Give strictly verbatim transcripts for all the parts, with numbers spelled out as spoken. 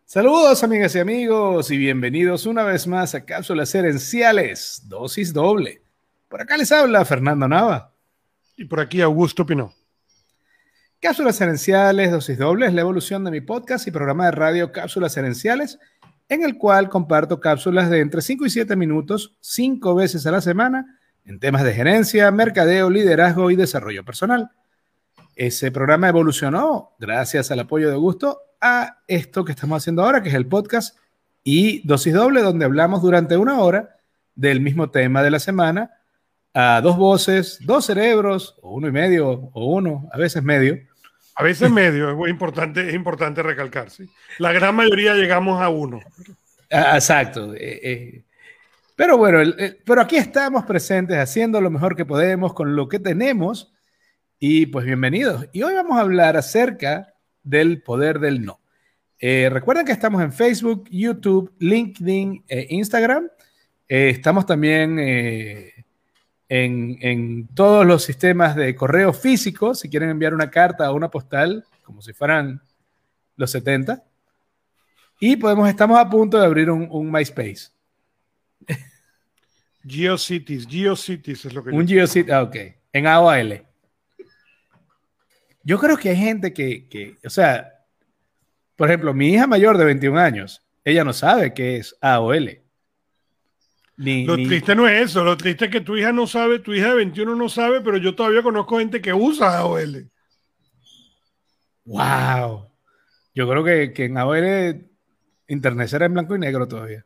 Saludos amigas y amigos y bienvenidos una vez más a Cápsulas Herenciales, dosis doble. Por acá les habla Fernando Nava. Y por aquí Augusto Pinó. Cápsulas Herenciales, dosis doble es la evolución de mi podcast y programa de radio Cápsulas Herenciales, en el cual comparto cápsulas de entre cinco y siete minutos, cinco veces a la semana, en temas de gerencia, mercadeo, liderazgo y desarrollo personal. Ese programa evolucionó gracias al apoyo de Augusto a esto que estamos haciendo ahora, que es el podcast y dosis doble, donde hablamos durante una hora del mismo tema de la semana, a dos voces, dos cerebros, o uno y medio, o uno, a veces medio. A veces medio, es importante, es importante recalcar, ¿sí? La gran mayoría llegamos a uno. Ah, exacto. Eh, eh. Pero bueno, el, el, pero aquí estamos presentes haciendo lo mejor que podemos con lo que tenemos y pues bienvenidos. Y hoy vamos a hablar acerca del poder del no. Eh, recuerden que estamos en Facebook, YouTube, LinkedIn e Instagram. Eh, estamos también eh, en, en todos los sistemas de correo físico, si quieren enviar una carta o una postal, como si fueran los setenta. Y podemos, estamos a punto de abrir un, un MySpace. GeoCities, GeoCities es lo que un yo GeoCities, ah, ok, en A O L. Yo creo que hay gente que, que, o sea, por ejemplo, mi hija mayor de veintiún años, ella no sabe qué es A O L. Ni, lo ni... triste no es eso, lo triste es que tu hija no sabe, tu hija de veintiuno no sabe, pero yo todavía conozco gente que usa A O L. ¡Wow! Yo creo que, que en A O L internet será en blanco y negro todavía.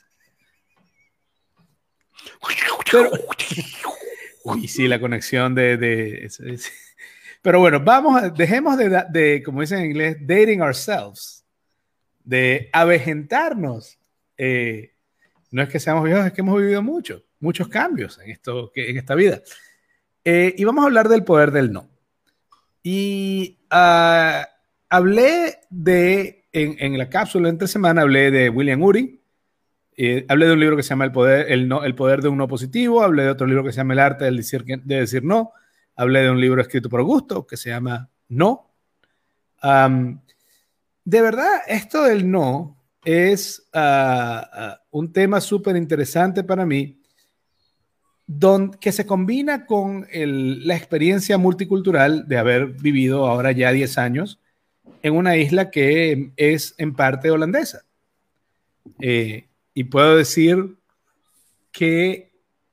Pero, uy, sí, la conexión de... de pero bueno, vamos, a, dejemos de, de, como dicen en inglés, dating ourselves, de avejentarnos. Eh, no es que seamos viejos, es que hemos vivido mucho, muchos cambios en, esto, en esta vida. Eh, y vamos a hablar del poder del no. Y uh, hablé de, en, en la cápsula entre semana, hablé de William Ury, eh, hablé de un libro que se llama El poder, el, no, el poder de un no positivo, hablé de otro libro que se llama El arte del decir, de decir no, hablé de un libro escrito por Augusto que se llama No. Um, de verdad, esto del no es uh, uh, un tema súper interesante para mí, don, que se combina con el, la experiencia multicultural de haber vivido ahora ya diez años en una isla que es en parte holandesa. Eh, y puedo decir que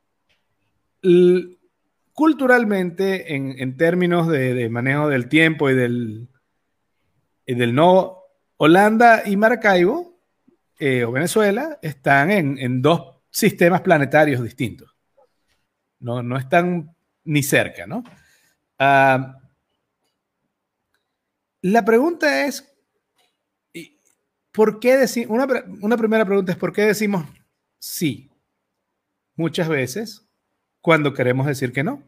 l, culturalmente, en, en términos de, de manejo del tiempo y del, y del no, Holanda y Maracaibo, eh, o Venezuela, están en, en dos sistemas planetarios distintos. No, no están ni cerca, ¿no? Uh, la pregunta es, ¿por qué decimos? Una, una primera pregunta es, ¿por qué decimos sí muchas veces cuando queremos decir que no?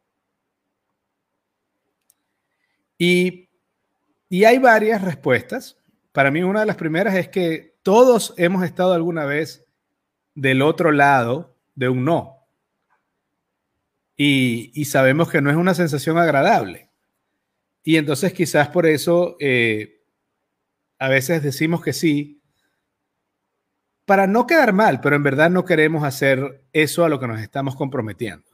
Y, y hay varias respuestas. Para mí, una de las primeras es que todos hemos estado alguna vez del otro lado de un no. Y, y sabemos que no es una sensación agradable. Y entonces quizás por eso eh, a veces decimos que sí, para no quedar mal, pero en verdad no queremos hacer eso a lo que nos estamos comprometiendo.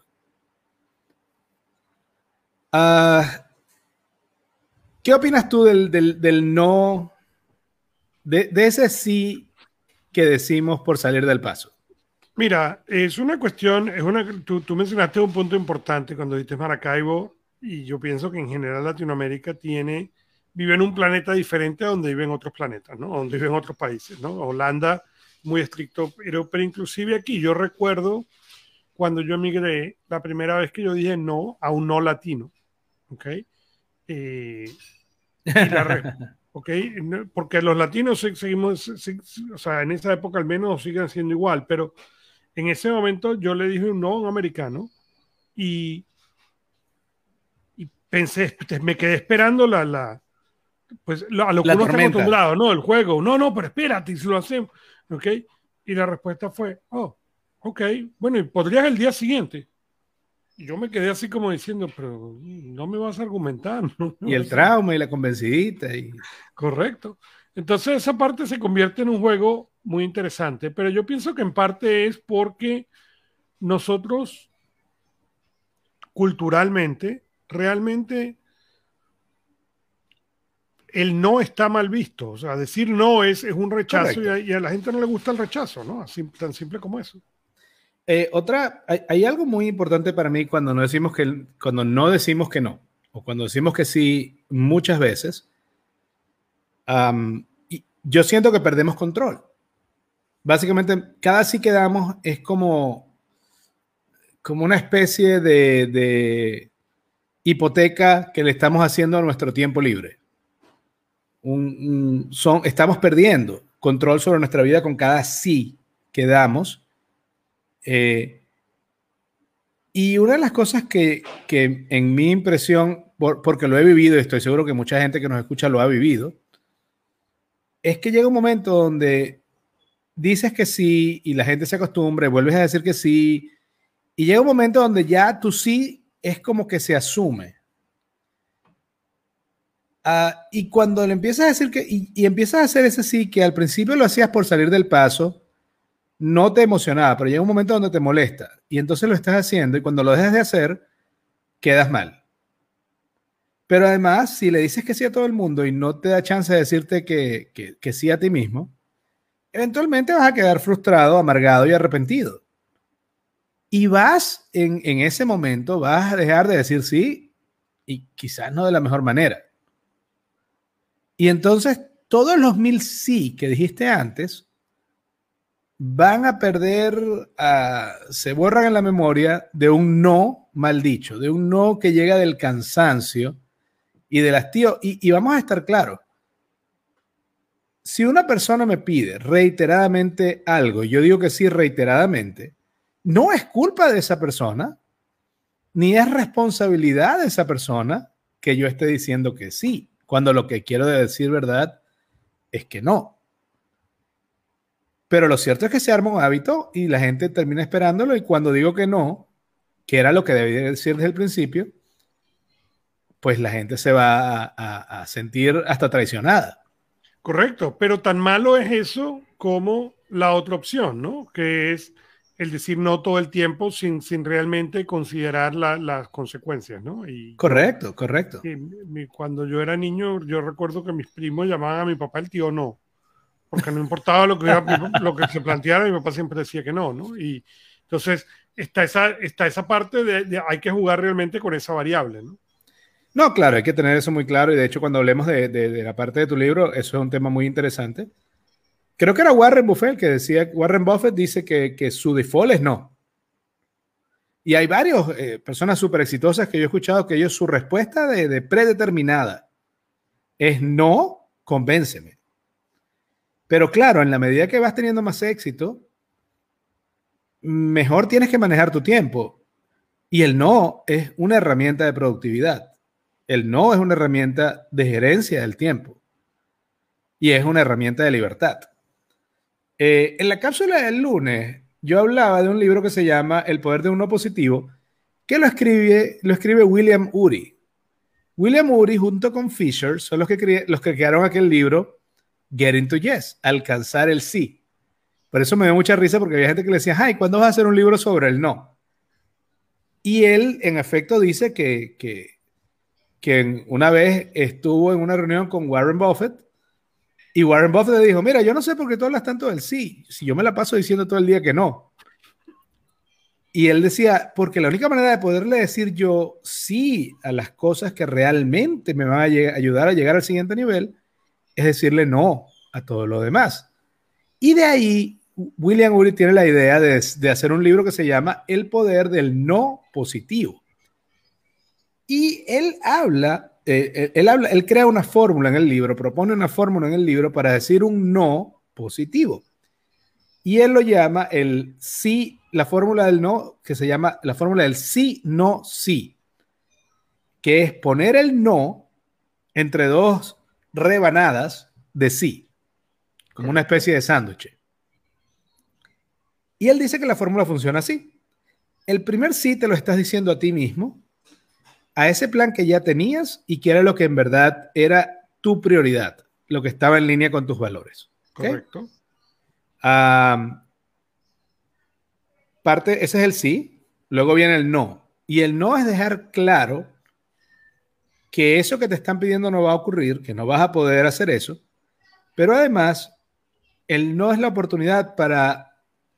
Uh, ¿Qué opinas tú del, del, del no, de, de ese sí que decimos por salir del paso? Mira, es una cuestión, es una, tú, tú mencionaste un punto importante cuando dijiste Maracaibo, y yo pienso que en general Latinoamérica tiene, vive en un planeta diferente a donde viven otros planetas, ¿no? Donde viven otros países, ¿no? Holanda, muy estricto, pero, pero inclusive aquí yo recuerdo cuando yo emigré, la primera vez que yo dije no a un no latino, ¿ok? Eh, y la ¿okay? Porque los latinos seguimos, o sea, en esa época al menos siguen siendo igual, pero en ese momento yo le dije un no a un americano y, y pensé, me quedé esperando la, la pues a lo que la uno tormenta. está acostumbrado, ¿no? El juego, no, no, pero espérate, si lo hacemos, ¿ok? Y la respuesta fue, oh, ok, bueno, y podrías el día siguiente. Y yo me quedé así como diciendo, pero no me vas a argumentar. No me y el a... trauma y la convencidita. Y... Correcto. Entonces esa parte se convierte en un juego muy interesante, pero yo pienso que en parte es porque nosotros culturalmente realmente el no está mal visto. O sea, decir no es, es un rechazo y Correcto. a, y a la gente no le gusta el rechazo, ¿no? Así, tan simple como eso. Eh, otra, hay, hay algo muy importante para mí cuando no decimos que, cuando no decimos que no, o cuando decimos que sí muchas veces, um, y yo siento que perdemos control. Básicamente, cada sí que damos es como, como una especie de, de hipoteca que le estamos haciendo a nuestro tiempo libre. Un, un, son, estamos perdiendo control sobre nuestra vida con cada sí que damos. Eh, y una de las cosas que, que en mi impresión, por, porque lo he vivido y estoy seguro que mucha gente que nos escucha lo ha vivido, es que llega un momento donde dices que sí y la gente se acostumbra y vuelves a decir que sí y llega un momento donde ya tu sí es como que se asume. Uh, y cuando le empiezas a decir que, y, y empiezas a hacer ese sí que al principio lo hacías por salir del paso, no te emocionaba, pero llega un momento donde te molesta y entonces lo estás haciendo y cuando lo dejas de hacer, quedas mal. Pero además, si le dices que sí a todo el mundo y no te da chance de decirte que, que, que sí a ti mismo, eventualmente vas a quedar frustrado, amargado y arrepentido. Y vas, en, en ese momento, vas a dejar de decir sí y quizás no de la mejor manera. Y entonces, todos los mil sí que dijiste antes van a perder, uh, se borran en la memoria de un no mal dicho, de un no que llega del cansancio y del hastío. Y, y vamos a estar claros. Si una persona me pide reiteradamente algo, yo digo que sí reiteradamente, no es culpa de esa persona, ni es responsabilidad de esa persona que yo esté diciendo que sí, cuando lo que quiero decir verdad es que no. Pero lo cierto es que se arma un hábito y la gente termina esperándolo y cuando digo que no, que era lo que debía decir desde el principio, pues la gente se va a, a, a sentir hasta traicionada. Correcto, pero tan malo es eso como la otra opción, ¿no? Que es el decir no todo el tiempo sin, sin realmente considerar la, las consecuencias, ¿no? Y yo, Correcto, correcto. y mi, cuando yo era niño, yo recuerdo que mis primos llamaban a mi papá el tío no, porque no importaba lo que, era, lo que se planteara, mi papá siempre decía que no, ¿no? Y entonces está esa, está esa parte de, de hay que jugar realmente con esa variable, ¿no? No, claro, hay que tener eso muy claro y de hecho cuando hablemos de, de, de la parte de tu libro, eso es un tema muy interesante. Creo que era Warren Buffett que decía, Warren Buffett dice que, que su default es no. Y hay varias eh, personas súper exitosas que yo he escuchado que ellos su respuesta de, de predeterminada es no, convénceme. Pero claro, en la medida que vas teniendo más éxito, mejor tienes que manejar tu tiempo. Y el no es una herramienta de productividad. El no es una herramienta de gerencia del tiempo. Y es una herramienta de libertad. Eh, en la cápsula del lunes, yo hablaba de un libro que se llama El poder de un no positivo, que lo escribe, lo escribe William Ury. William Ury junto con Fisher son los que, los que crearon aquel libro Getting to Yes, alcanzar el sí. Por eso me dio mucha risa porque había gente que le decía, ay, ¿cuándo vas a hacer un libro sobre el no? Y él, en efecto, dice que, que, que una vez estuvo en una reunión con Warren Buffett y Warren Buffett le dijo, mira, yo no sé por qué tú hablas tanto del sí, si yo me la paso diciendo todo el día que no. Y él decía, porque la única manera de poderle decir yo sí a las cosas que realmente me van a ayudar a llegar al siguiente nivel es decirle no a todo lo demás. Y de ahí William Ury tiene la idea de, de hacer un libro que se llama El poder del no positivo. Y él habla, eh, él habla, él crea una fórmula en el libro, propone una fórmula en el libro para decir un no positivo. Y él lo llama el sí, la fórmula del no, que se llama la fórmula del sí, no, sí, que es poner el no entre dos rebanadas de sí, como una especie de sándwich. Y él dice que la fórmula funciona así. El primer sí te lo estás diciendo a ti mismo, a ese plan que ya tenías y que era lo que en verdad era tu prioridad, lo que estaba en línea con tus valores. ¿Okay? Correcto. Um, parte, ese es el sí, luego viene el no. Y el no es dejar claro que eso que te están pidiendo no va a ocurrir, que no vas a poder hacer eso, pero además el no es la oportunidad para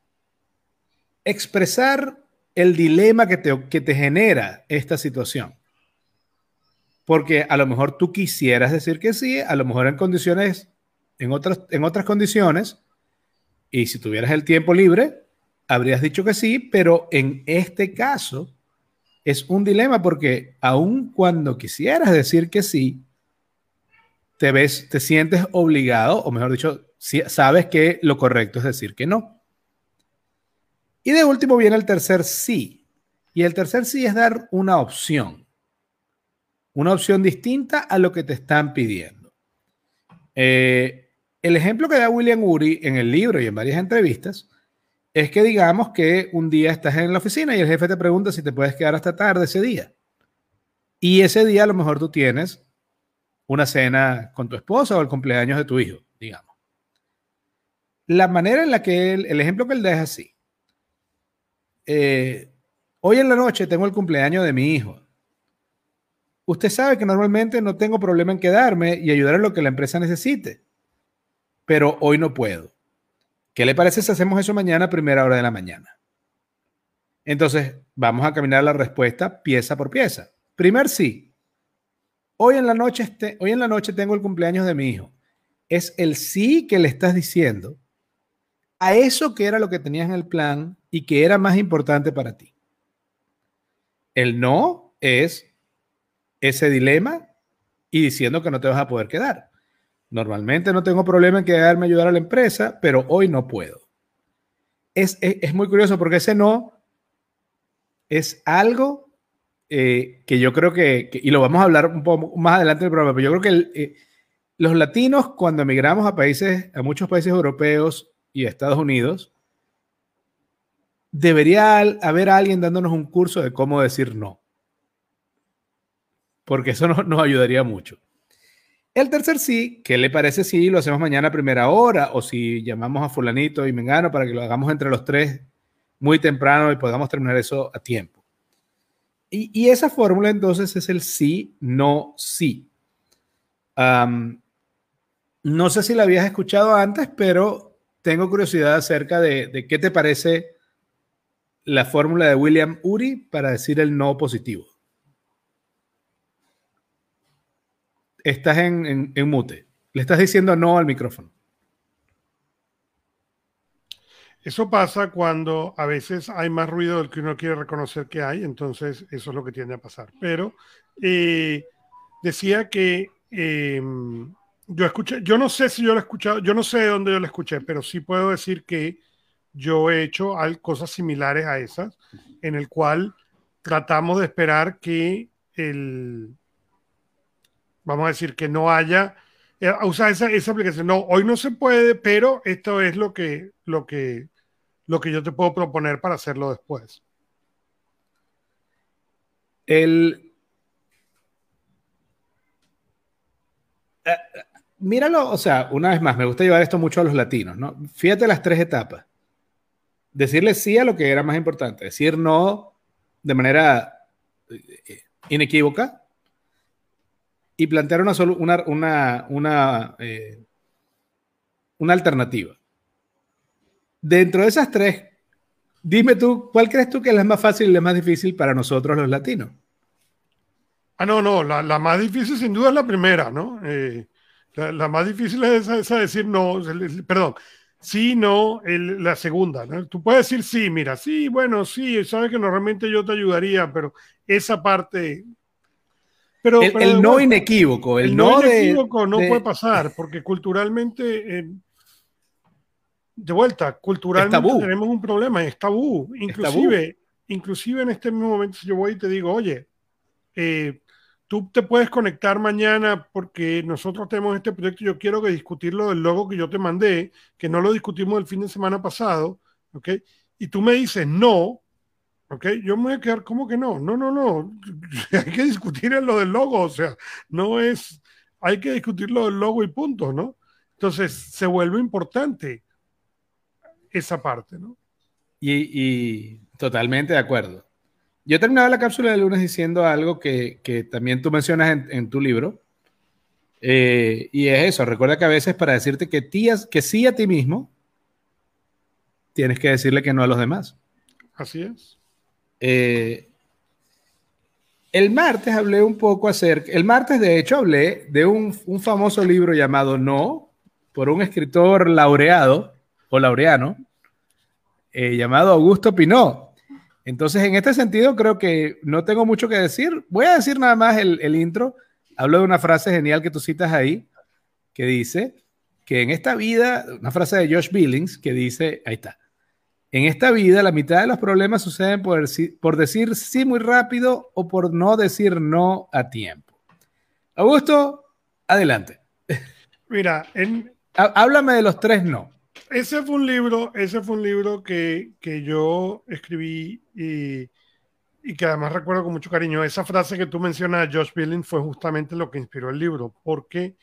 expresar el dilema que te, que te genera esta situación. Porque a lo mejor tú quisieras decir que sí, a lo mejor en condiciones, en otras, en otras condiciones, y si tuvieras el tiempo libre, habrías dicho que sí, pero en este caso es un dilema porque aun cuando quisieras decir que sí, te ves, te sientes obligado, o mejor dicho, sabes que lo correcto es decir que no. Y de último viene el tercer sí. Y el tercer sí es dar una opción. Una opción distinta a lo que te están pidiendo. Eh, el ejemplo que da William Ury en el libro y en varias entrevistas es que digamos que un día estás en la oficina y el jefe te pregunta si te puedes quedar hasta tarde ese día. Y ese día a lo mejor tú tienes una cena con tu esposa o el cumpleaños de tu hijo, digamos. La manera en la que él, el ejemplo que él da es así. Eh, hoy en la noche tengo el cumpleaños de mi hijo. Usted sabe que normalmente no tengo problema en quedarme y ayudar en lo que la empresa necesite, pero hoy no puedo. ¿Qué le parece si hacemos eso mañana a primera hora de la mañana? Entonces, vamos a caminar la respuesta pieza por pieza. Primer sí. Hoy en la noche, este, hoy en la noche tengo el cumpleaños de mi hijo. Es el sí que le estás diciendo a eso que era lo que tenías en el plan y que era más importante para ti. El no es ese dilema y diciendo que no te vas a poder quedar. Normalmente no tengo problema en quedarme a ayudar a la empresa, pero hoy no puedo. Es, es, es muy curioso porque ese no es algo eh, que yo creo que, que, y lo vamos a hablar un poco más adelante en el programa, pero yo creo que el, eh, los latinos cuando emigramos a países, a muchos países europeos y a Estados Unidos, debería haber alguien dándonos un curso de cómo decir no. Porque eso nos, nos ayudaría mucho. El tercer sí, ¿qué le parece si lo hacemos mañana a primera hora o si llamamos a fulanito y mengano para que lo hagamos entre los tres muy temprano y podamos terminar eso a tiempo? Y, y esa fórmula entonces es el sí, no, sí. Um, no sé si la habías escuchado antes, pero tengo curiosidad acerca de, de qué te parece la fórmula de William Ury para decir el no positivo. Estás en, en, en mute. Le estás diciendo no al micrófono. Eso pasa cuando a veces hay más ruido del que uno quiere reconocer que hay, entonces eso es lo que tiende a pasar. Pero eh, decía que eh, yo escuché, yo no sé si yo lo he escuchado, yo no sé de dónde yo lo escuché, pero sí puedo decir que yo he hecho cosas similares a esas, en el cual tratamos de esperar que el, vamos a decir, que no haya, eh, usar esa, esa aplicación. No, hoy no se puede, pero esto es lo que, lo que, lo que yo te puedo proponer para hacerlo después. El, uh, míralo, o sea, una vez más, me gusta llevar esto mucho a los latinos, ¿no? Fíjate las tres etapas. Decirle sí a lo que era más importante, decir no de manera inequívoca y plantear una, una, una, una, eh, una alternativa. Dentro de esas tres, dime tú, ¿cuál crees tú que es la más fácil y la más difícil para nosotros los latinos? Ah, no, no, la, la más difícil sin duda es la primera, ¿no? Eh, la, la más difícil es esa, esa decir no, perdón, sí, no, el, la segunda, ¿no? Tú puedes decir sí, mira, sí, bueno, sí, sabes que normalmente yo te ayudaría, pero esa parte... Pero, el, pero el no vuelta, inequívoco, el, el no, no inequívoco de, no de... puede pasar, porque culturalmente... Eh, de vuelta, culturalmente tenemos un problema, es tabú. Inclusive, es tabú. inclusive en este mismo momento, si yo voy y te digo, oye, eh, tú te puedes conectar mañana porque nosotros tenemos este proyecto y yo quiero que discutirlo del logo que yo te mandé, que no lo discutimos el fin de semana pasado, ¿ok? Y tú me dices no, ¿ok? Yo me voy a quedar, ¿cómo que no? No, no, no, hay que discutir en lo del logo, o sea, no es... hay que discutir lo del logo y punto, ¿no? Entonces se vuelve importante esa parte, ¿no? Y, y totalmente de acuerdo. Yo terminaba la cápsula de lunes diciendo algo que, que también tú mencionas en, en tu libro, eh, y es eso, recuerda que a veces para decirte que, tías, que sí a ti mismo, tienes que decirle que no a los demás. Así es. Eh, el martes hablé un poco acerca, el martes de hecho hablé de un, un famoso libro llamado No, por un escritor laureado o laureano, eh, llamado Augusto Pinot. Entonces, en este sentido, creo que no tengo mucho que decir. Voy a decir nada más el, el intro. Hablo de una frase genial que tú citas ahí, que dice que en esta vida, una frase de Josh Billings, que dice, ahí está, en esta vida la mitad de los problemas suceden por, por decir sí muy rápido o por no decir no a tiempo. Augusto, adelante. Mira, en... Háblame de los tres no. Ese fue un libro, ese fue un libro que, que yo escribí y, y que además recuerdo con mucho cariño. Esa frase que tú mencionas de Josh Billings fue justamente lo que inspiró el libro, porque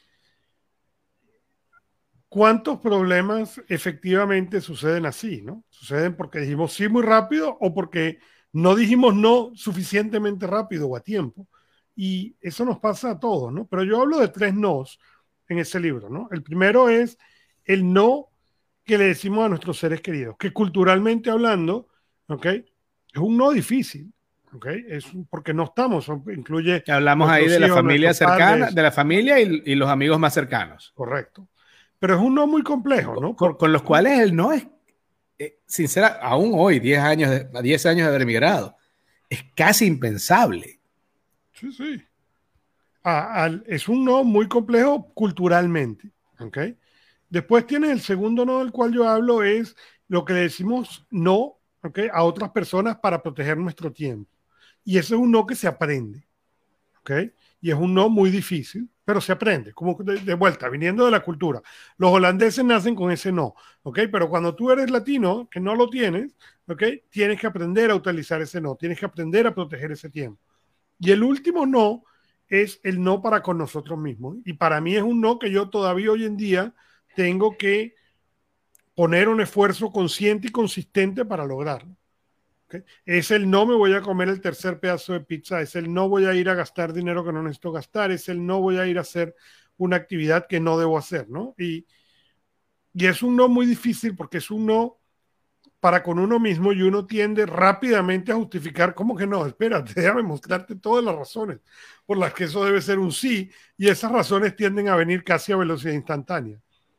¿cuántos problemas efectivamente suceden así, no? Suceden porque dijimos sí muy rápido o porque no dijimos no suficientemente rápido o a tiempo. Y eso nos pasa a todos, ¿no? Pero yo hablo de tres nos en ese libro, ¿no? El primero es el no que le decimos a nuestros seres queridos, que culturalmente hablando, ¿ok? Es un no difícil, ¿ok? Es porque no estamos, incluye... Hablamos ahí de la hijos, familia cercana, padres, de la familia y, y los amigos más cercanos. Correcto. Pero es un no muy complejo, ¿no? Con, con los cuales el no es, eh, sincera, aún hoy, diez años de, diez años de haber emigrado, es casi impensable. Sí, sí. Ah, al, es un no muy complejo culturalmente, ¿ok? Después tiene el segundo no del cual yo hablo, es lo que le decimos no, ¿okay? A otras personas para proteger nuestro tiempo. Y ese es un no que se aprende, ¿ok? Y es un no muy difícil, pero se aprende, como de, de vuelta, viniendo de la cultura. Los holandeses nacen con ese no, ¿ok? Pero cuando tú eres latino, que no lo tienes, ¿ok? Tienes que aprender a utilizar ese no, tienes que aprender a proteger ese tiempo. Y el último no es el no para con nosotros mismos. Y para mí es un no que yo todavía hoy en día tengo que poner un esfuerzo consciente y consistente para lograrlo. ¿Okay? Es el no me voy a comer el tercer pedazo de pizza, es el no voy a ir a gastar dinero que no necesito gastar, es el no voy a ir a hacer una actividad que no debo hacer, ¿no? Y, y es un no muy difícil porque es un no para con uno mismo y uno tiende rápidamente a justificar, ¿cómo que no? Espérate, déjame mostrarte todas las razones por las que eso debe ser un sí, y esas razones tienden a venir casi a velocidad instantánea.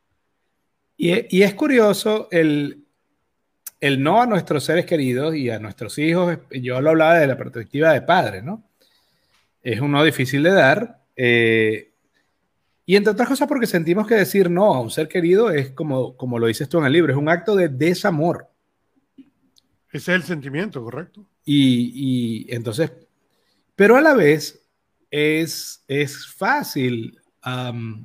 Y, y es curioso el, el no a nuestros seres queridos y a nuestros hijos. Yo lo hablaba desde la perspectiva de padre, ¿no? Es un no difícil de dar. Eh, y entre otras cosas porque sentimos que decir no a un ser querido es como, como lo dices tú en el libro, es un acto de desamor. Ese es el sentimiento, correcto. Y, y entonces, pero a la vez es, es fácil, um,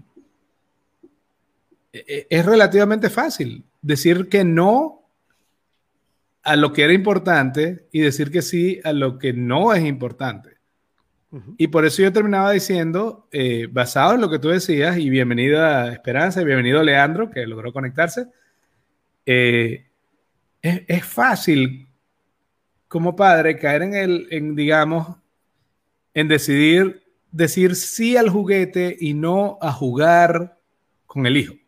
es relativamente fácil decir que no a lo que era importante y decir que sí a lo que no es importante. Uh-huh. Y por eso yo terminaba diciendo, eh, basado en lo que tú decías, y bienvenida Esperanza, y bienvenido Leandro, que logró conectarse, eh, es, es fácil como padre caer en el, en, digamos, en decidir decir sí al juguete y no a jugar con el hijo.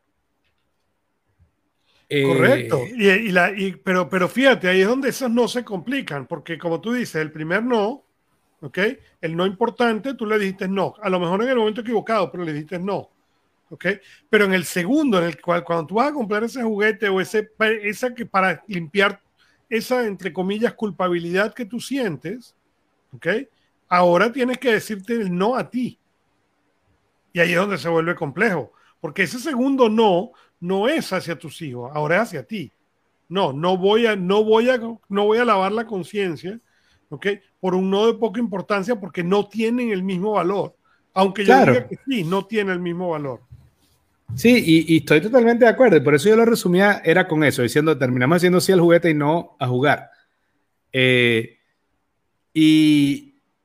Correcto. Eh, y, y la, y, pero, pero fíjate, ahí es donde esos no se complican, porque como tú dices, el primer no, ¿ok? El no importante, tú le dijiste no. A lo mejor en el momento equivocado, pero le dijiste no. ¿Ok? Pero en el segundo, en el cual cuando tú vas a comprar ese juguete o ese, esa que para limpiar esa, entre comillas, culpabilidad que tú sientes, ¿ok? Ahora tienes que decirte el no a ti. Y ahí es donde se vuelve complejo, porque ese segundo no no es hacia tus hijos, ahora es hacia ti. No, no voy a, no voy a, no voy a lavar la conciencia, ¿ok? Por un no de poca importancia, porque no tienen el mismo valor. Aunque claro. yo diga que sí, no tiene el mismo valor. Sí, y, y estoy totalmente de acuerdo. Por eso yo lo resumía, era con eso, diciendo, terminamos haciendo sí al juguete y no a jugar. Eh, y,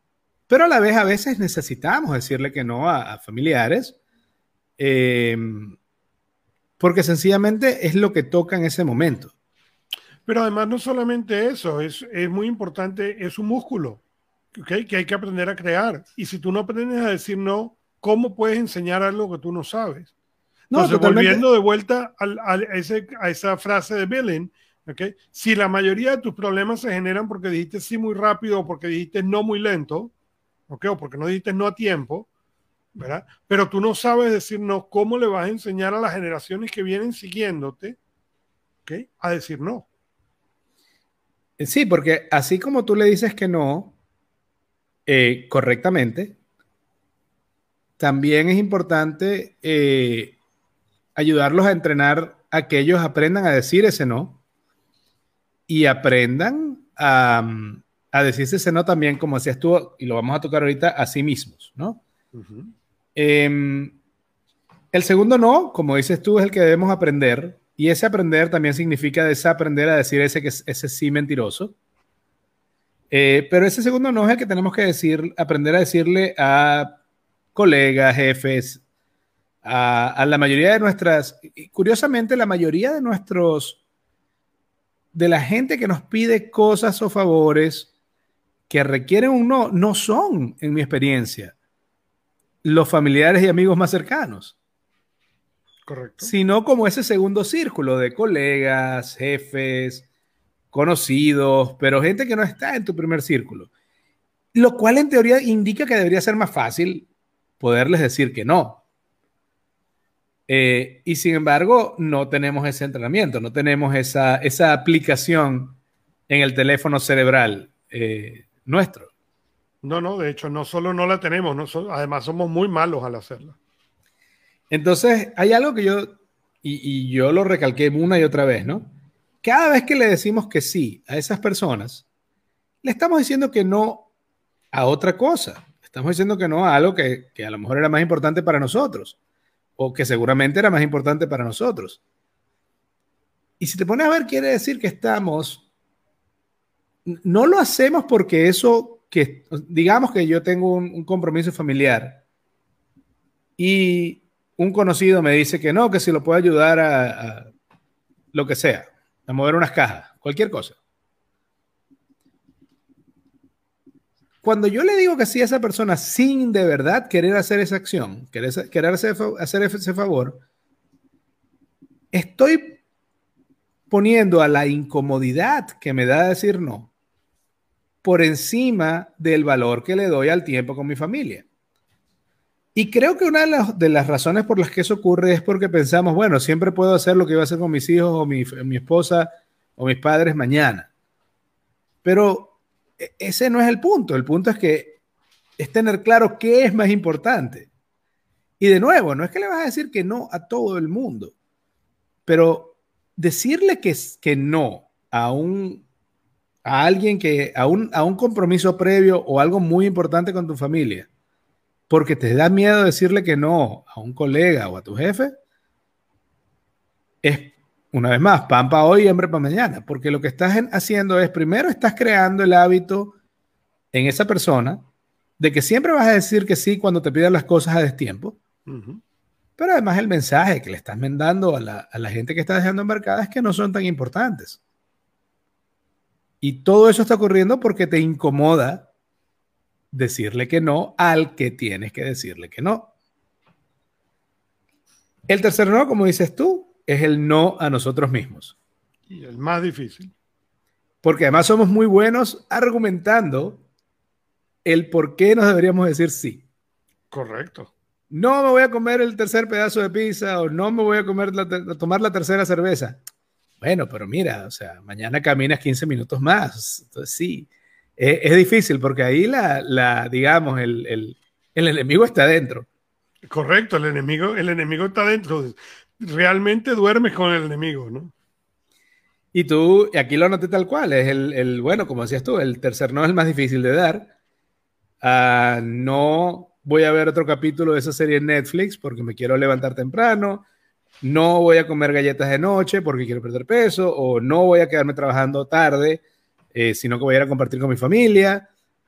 Pero a la vez a veces necesitamos decirle que no a, a familiares eh, porque sencillamente es lo que toca en ese momento. Pero además no solamente eso, es, es muy importante, es un músculo, ¿okay? Que hay que aprender a crear. Y si tú no aprendes a decir no, ¿cómo puedes enseñar algo que tú no sabes? No, Entonces, totalmente. volviendo de vuelta al, al, a, ese, a esa frase de Billing, ¿okay? Si la mayoría de tus problemas se generan porque dijiste sí muy rápido o porque dijiste no muy lento, ¿okay? O porque no dijiste no a tiempo, ¿verdad? Pero tú no sabes decir no, ¿cómo le vas a enseñar a las generaciones que vienen siguiéndote, ¿okay? A decir no? Sí, porque así como tú le dices que no eh, correctamente, también es importante eh, ayudarlos a entrenar a que ellos aprendan a decir ese no y aprendan a, a decirse ese no también, como decías tú, y lo vamos a tocar ahorita, a sí mismos, ¿no? Uh-huh. Eh, el segundo no, como dices tú, es el que debemos aprender, y ese aprender también significa desaprender a decir ese, que, ese sí mentiroso. Eh, pero ese segundo no es el que tenemos que decir, aprender a decirle a colegas, jefes, a, a la mayoría de nuestras, curiosamente, la mayoría de nuestros, de la gente que nos pide cosas o favores que requieren un no, no son, en mi experiencia, los familiares y amigos más cercanos. Correcto. Sino como ese segundo círculo de colegas, jefes, conocidos, pero gente que no está en tu primer círculo. Lo cual en teoría indica que debería ser más fácil poderles decir que no. Eh, y sin embargo, no tenemos ese entrenamiento, no tenemos esa, esa aplicación en el teléfono cerebral eh, nuestro. No, no, de hecho, no solo no la tenemos, no so, además somos muy malos al hacerla. Entonces, hay algo que yo, y, y yo lo recalqué una y otra vez, ¿no? Cada vez que le decimos que sí a esas personas, le estamos diciendo que no a otra cosa. Estamos diciendo que no a algo que, que a lo mejor era más importante para nosotros, o que seguramente era más importante para nosotros. Y si te pones a ver, quiere decir que estamos, no lo hacemos porque eso, que digamos que yo tengo un, un compromiso familiar y un conocido me dice que no, que si lo puedo ayudar a, a lo que sea, a mover unas cajas, cualquier cosa. Cuando yo le digo que sí a esa persona sin de verdad querer hacer esa acción, querer, querer hacer, hacer ese favor, estoy poniendo a la incomodidad que me da decir no por encima del valor que le doy al tiempo con mi familia. Y creo que una de las, de las razones por las que eso ocurre es porque pensamos, bueno, siempre puedo hacer lo que iba a hacer con mis hijos o mi, mi esposa o mis padres mañana. Pero ese no es el punto. El punto es que es tener claro qué es más importante. Y de nuevo, no es que le vas a decir que no a todo el mundo, pero decirle que, que no a un a alguien que a un, a un compromiso previo o algo muy importante con tu familia, porque te da miedo decirle que no a un colega o a tu jefe, es, una vez más, pan para hoy y hambre para mañana, porque lo que estás haciendo es, primero estás creando el hábito en esa persona de que siempre vas a decir que sí cuando te pidan las cosas a destiempo, uh-huh. Pero además el mensaje que le estás mandando a la, a la gente que estás dejando embarcada es que no son tan importantes. Y todo eso está ocurriendo porque te incomoda decirle que no al que tienes que decirle que no. El tercer no, como dices tú, es el no a nosotros mismos. Y el más difícil. Porque además somos muy buenos argumentando el por qué nos deberíamos decir sí. Correcto. No me voy a comer el tercer pedazo de pizza o no me voy a comer la, a tomar la tercera cerveza. Bueno, pero mira, o sea, mañana caminas quince minutos más. Entonces sí, es, es difícil porque ahí la, la digamos, el, el, el enemigo está dentro. Correcto, el enemigo, el enemigo está dentro. Realmente duermes con el enemigo, ¿no? Y tú, aquí lo anoté tal cual, es el, el bueno, como decías tú, el tercer no es el más difícil de dar. Uh, no voy a ver otro capítulo de esa serie en Netflix porque me quiero levantar temprano. No voy a comer galletas de noche porque quiero perder peso, o no voy a quedarme trabajando tarde, eh, sino que voy a ir a compartir con mi familia.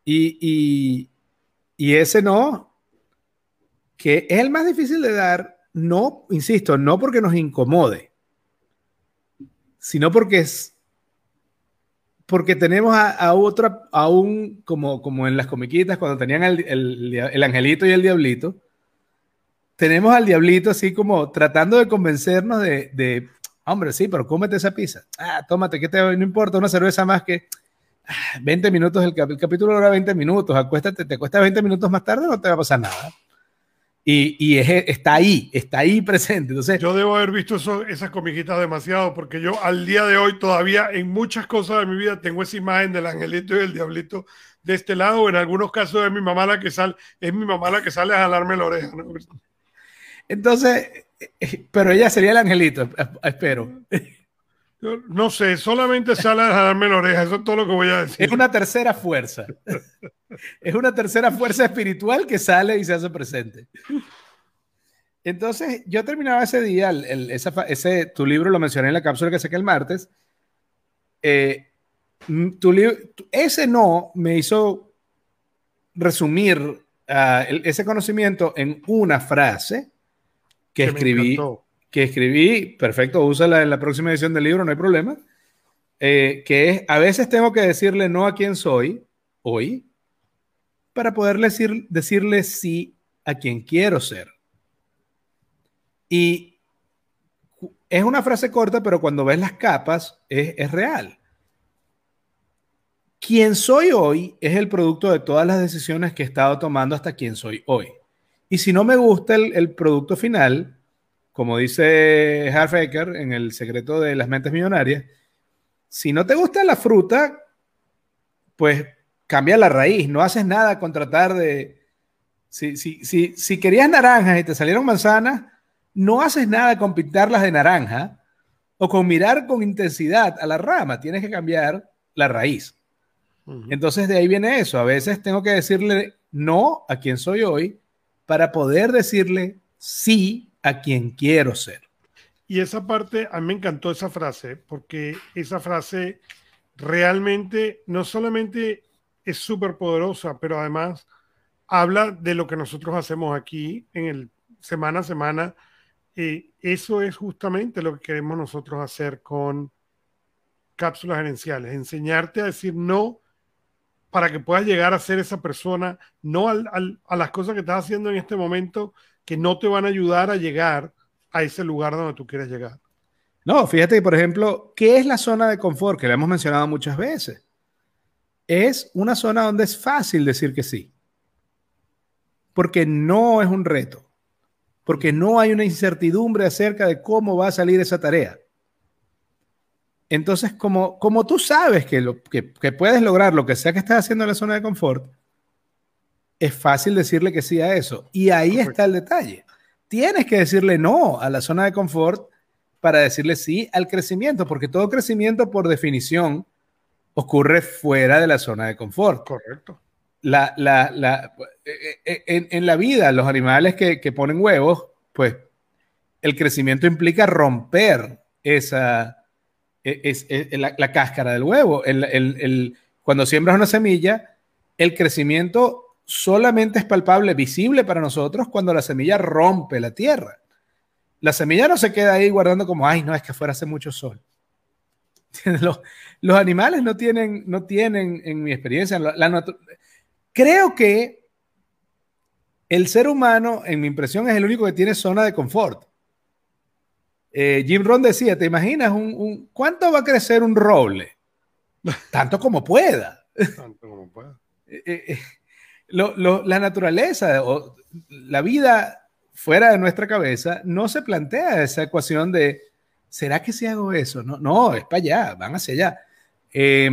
Y, y, y ese no, que es el más difícil de dar, no, insisto, no porque nos incomode, sino porque es porque tenemos a, a otra, a un, como, como en las comiquitas, cuando tenían el, el, el angelito y el diablito, tenemos al diablito así como tratando de convencernos de, de hombre, sí, pero cómete esa pizza. Ah, tómate, que te, no importa, una cerveza más que ah, veinte minutos, el, cap, el capítulo dura veinte minutos, acuéstate, te acuestas veinte minutos más tarde, no te va a pasar nada. Y, y es, está ahí, está ahí presente. Entonces, yo debo haber visto eso, esas comiquitas demasiado, porque yo al día de hoy todavía en muchas cosas de mi vida tengo esa imagen del angelito y del diablito de este lado, o en algunos casos es mi mamá la que sale, es mi mamá la que sale a jalarme la oreja, ¿no? Entonces, pero ella sería el angelito, espero. Yo no sé, solamente sale a jalarme la oreja, eso es todo lo que voy a decir. Es una tercera fuerza. Es una tercera fuerza espiritual que sale y se hace presente. Entonces, yo terminaba ese día, el, el, esa, ese, tu libro lo mencioné en la cápsula que saqué el martes. Eh, tu tu, ese no me hizo resumir uh, el, ese conocimiento en una frase que, que escribí. Que escribí, perfecto, úsala en la próxima edición del libro, no hay problema. Eh, que es, a veces tengo que decirle no a quién soy hoy para poder decir, decirle sí a quien quiero ser. Y es una frase corta, pero cuando ves las capas es, es real. Quien soy hoy es el producto de todas las decisiones que he estado tomando hasta quien soy hoy. Y si no me gusta el, el producto final, como dice Harv Eker en El secreto de las mentes millonarias, si no te gusta la fruta, pues cambia la raíz. No haces nada con tratar de... Si, si, si, si querías naranjas y te salieron manzanas, no haces nada con pintarlas de naranja o con mirar con intensidad a la rama. Tienes que cambiar la raíz. Uh-huh. Entonces de ahí viene eso. A veces tengo que decirle no a quien soy hoy para poder decirle sí a quien quiero ser. Y esa parte, a mí me encantó esa frase, porque esa frase realmente no solamente es súper poderosa, pero además habla de lo que nosotros hacemos aquí en el semana a semana. Eh, eso es justamente lo que queremos nosotros hacer con cápsulas gerenciales, enseñarte a decir no para que puedas llegar a ser esa persona, no al, al, a las cosas que estás haciendo en este momento que no te van a ayudar a llegar a ese lugar donde tú quieres llegar. No, fíjate que, por ejemplo, ¿qué es la zona de confort? Que la hemos mencionado muchas veces. Es una zona donde es fácil decir que sí. Porque no es un reto. Porque no hay una incertidumbre acerca de cómo va a salir esa tarea. Entonces, como, como tú sabes que, lo, que, que puedes lograr lo que sea que estés haciendo en la zona de confort, es fácil decirle que sí a eso. Y ahí Correcto. Está el detalle. Tienes que decirle no a la zona de confort para decirle sí al crecimiento, porque todo crecimiento, por definición, ocurre fuera de la zona de confort. Correcto. La, la, la, en, en la vida, los animales que, que ponen huevos, pues el crecimiento implica romper esa, es, es, es la, la cáscara del huevo. El, el, el, cuando siembras una semilla, el crecimiento solamente es palpable, visible para nosotros cuando la semilla rompe la tierra. La semilla no se queda ahí guardando como, ay, no, es que afuera hace mucho sol. Los, los animales no tienen, no tienen, en mi experiencia, la, la creo que el ser humano, en mi impresión, es el único que tiene zona de confort. Eh, Jim Rohn decía, ¿te imaginas un, un, cuánto va a crecer un roble? Tanto como pueda. Tanto como pueda. eh, eh, lo, lo, la naturaleza o la vida fuera de nuestra cabeza no se plantea esa ecuación de ¿será que si hago eso? No, no, es para allá, van hacia allá. Eh,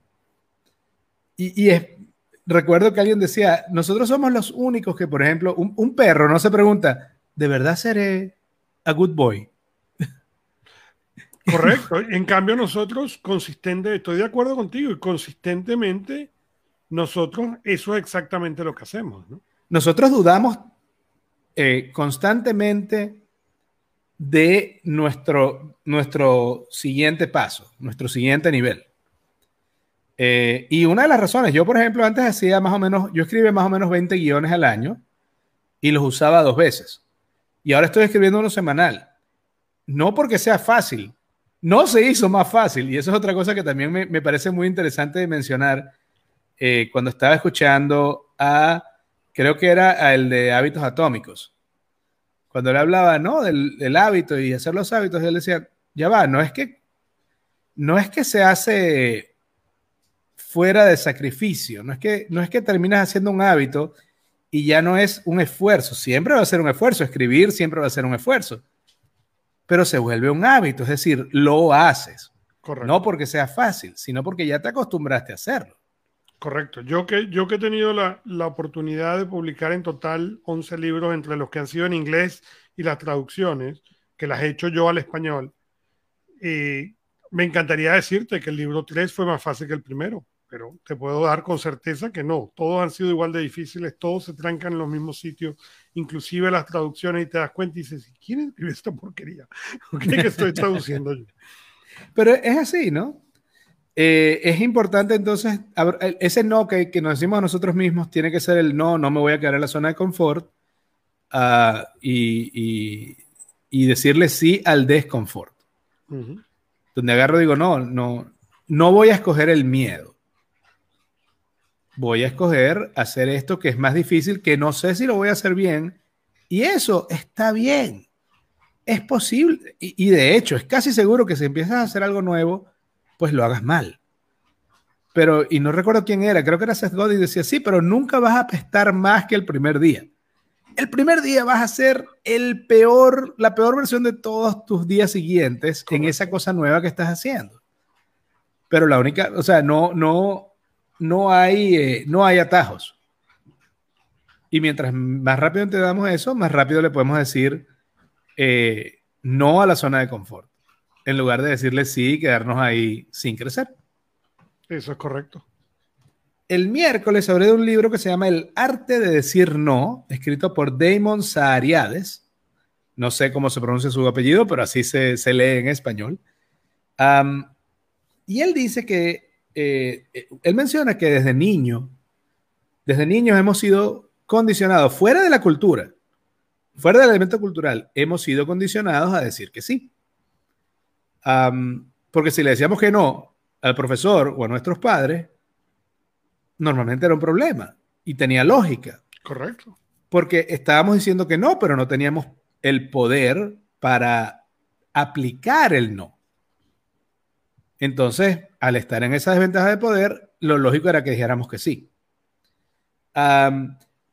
y, y es, recuerdo que alguien decía, nosotros somos los únicos que, por ejemplo, un, un perro no se pregunta, ¿de verdad seré a good boy? Correcto. En cambio, nosotros, consistente, estoy de acuerdo contigo, y consistentemente, nosotros, eso es exactamente lo que hacemos, ¿no? Nosotros dudamos eh, constantemente de nuestro, nuestro siguiente paso, nuestro siguiente nivel. Eh, y una de las razones, yo por ejemplo antes hacía más o menos, yo escribía más o menos veinte guiones al año y los usaba dos veces. Y ahora estoy escribiendo uno semanal. No porque sea fácil, no se hizo más fácil. Y eso es otra cosa que también me, me parece muy interesante de mencionar eh, cuando estaba escuchando a, creo que era a el de Hábitos Atómicos. Cuando él hablaba, ¿no? Del, del hábito y hacer los hábitos, él decía, ya va, no es que, no es que se hace fuera de sacrificio, no es que, no es que terminas haciendo un hábito y ya no es un esfuerzo, siempre va a ser un esfuerzo, escribir siempre va a ser un esfuerzo, pero se vuelve un hábito, es decir, lo haces. Correcto. No porque sea fácil, sino porque ya te acostumbraste a hacerlo. Correcto. Yo que, yo que he tenido la, la oportunidad de publicar en total once libros entre los que han sido en inglés y las traducciones, que las he hecho yo al español, eh, me encantaría decirte que el libro tres fue más fácil que el primero, pero te puedo dar con certeza que no. Todos han sido igual de difíciles, todos se trancan en los mismos sitios, inclusive las traducciones, y te das cuenta y dices, ¿quién escribió esta porquería? ¿Qué estoy traduciendo yo? Pero es así, ¿no? Eh, es importante entonces, ese no que, que nos decimos a nosotros mismos tiene que ser el no, no me voy a quedar en la zona de confort uh, y, y, y decirle sí al desconfort. Uh-huh. Donde agarro digo, no, no, no voy a escoger el miedo. Voy a escoger hacer esto que es más difícil, que no sé si lo voy a hacer bien. Y eso está bien. Es posible. Y, y de hecho, es casi seguro que si empiezas a hacer algo nuevo, pues lo hagas mal. Pero, y no recuerdo quién era, creo que era Seth Godin, decía, sí, pero nunca vas a apestar más que el primer día. El primer día vas a ser el peor, la peor versión de todos tus días siguientes. Correcto. En esa cosa nueva que estás haciendo. Pero la única, o sea, no, no, no hay, eh, no hay atajos. Y mientras más rápido entendamos eso, más rápido le podemos decir eh, no a la zona de confort. En lugar de decirle sí y quedarnos ahí sin crecer. Eso es correcto. El miércoles hablé de un libro que se llama El arte de decir no, escrito por Damon Zahariades. No sé cómo se pronuncia su apellido, pero así se, se lee en español. Um, y él dice que, eh, él menciona que desde niño, desde niños hemos sido condicionados, fuera de la cultura, fuera del elemento cultural, hemos sido condicionados a decir que sí. Um, porque si le decíamos que no al profesor o a nuestros padres, normalmente era un problema y tenía lógica. Correcto. Porque estábamos diciendo que no, pero no teníamos el poder para aplicar el no. Entonces, al estar en esa desventaja de poder, lo lógico era que dijéramos que sí. Um,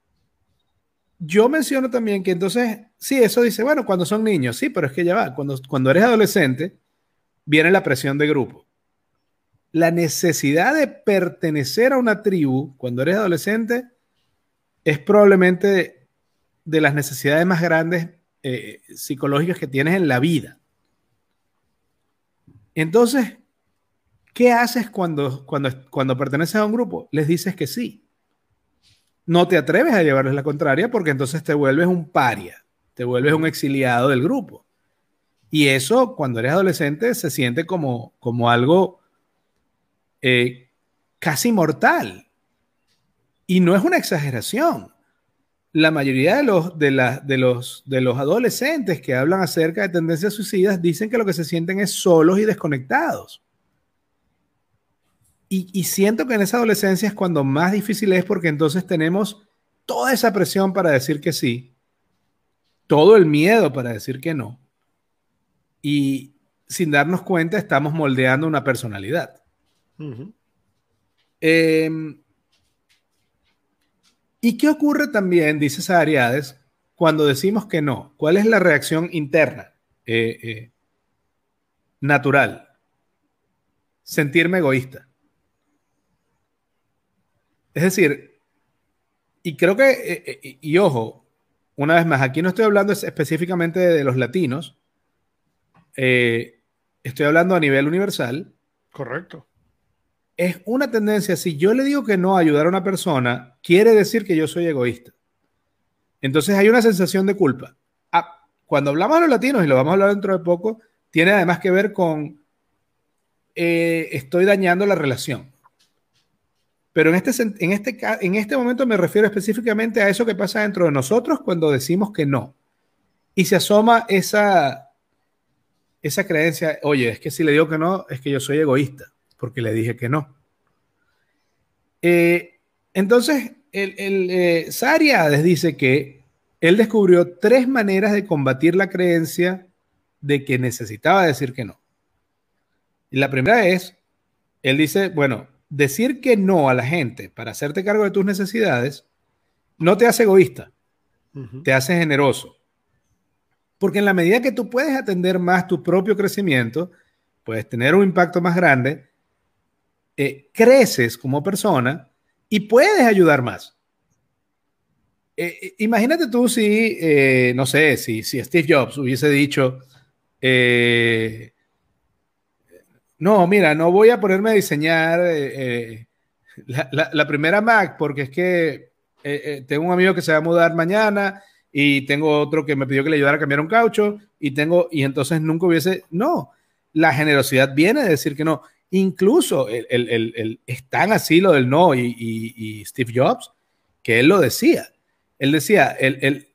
yo menciono también que entonces, sí, eso dice, bueno, cuando son niños, sí, pero es que ya va, cuando, cuando eres adolescente, viene la presión de grupo. La necesidad de pertenecer a una tribu cuando eres adolescente es probablemente de las necesidades más grandes eh, psicológicas que tienes en la vida. Entonces, ¿qué haces cuando, cuando, cuando perteneces a un grupo? Les dices que sí. No te atreves a llevarles la contraria porque entonces te vuelves un paria, te vuelves un exiliado del grupo. Y eso, cuando eres adolescente, se siente como, como algo eh, casi mortal. Y no es una exageración. La mayoría de los, de, la, de, los, de los adolescentes que hablan acerca de tendencias suicidas dicen que lo que se sienten es solos y desconectados. Y, y siento que en esa adolescencia es cuando más difícil es porque entonces tenemos toda esa presión para decir que sí, todo el miedo para decir que no. Y sin darnos cuenta estamos moldeando una personalidad. Uh-huh. Eh, ¿Y qué ocurre también, dice Zahariades, cuando decimos que no? ¿Cuál es la reacción interna? Eh, eh, natural. Sentirme egoísta. Es decir, y creo que, eh, eh, y ojo, una vez más, aquí no estoy hablando específicamente de los latinos, eh, estoy hablando a nivel universal. Correcto. Es una tendencia, si yo le digo que no a ayudar a una persona, quiere decir que yo soy egoísta. Entonces hay una sensación de culpa. Ah, cuando hablamos de los latinos, y lo vamos a hablar dentro de poco, tiene además que ver con eh, estoy dañando la relación. Pero en este, en, este, en este momento me refiero específicamente a eso que pasa dentro de nosotros cuando decimos que no. Y se asoma esa, esa creencia, oye, es que si le digo que no, es que yo soy egoísta, porque le dije que no. Eh, entonces, el, el, eh, Sariades dice que él descubrió tres maneras de combatir la creencia de que necesitaba decir que no. Y la primera es, él dice, bueno, decir que no a la gente para hacerte cargo de tus necesidades no te hace egoísta, uh-huh. te hace generoso. Porque en la medida que tú puedes atender más tu propio crecimiento, puedes tener un impacto más grande, eh, creces como persona y puedes ayudar más. Eh, imagínate tú si, eh, no sé, si, si Steve Jobs hubiese dicho, eh, no, mira, no voy a ponerme a diseñar eh, eh, la, la, la primera Mac porque es que eh, eh, tengo un amigo que se va a mudar mañana y tengo otro que me pidió que le ayudara a cambiar un caucho y tengo, y entonces nunca hubiese, no, la generosidad viene de decir que no. Incluso el, el, el, el, es tan así lo del no y, y, y Steve Jobs que él lo decía. Él decía, el, el,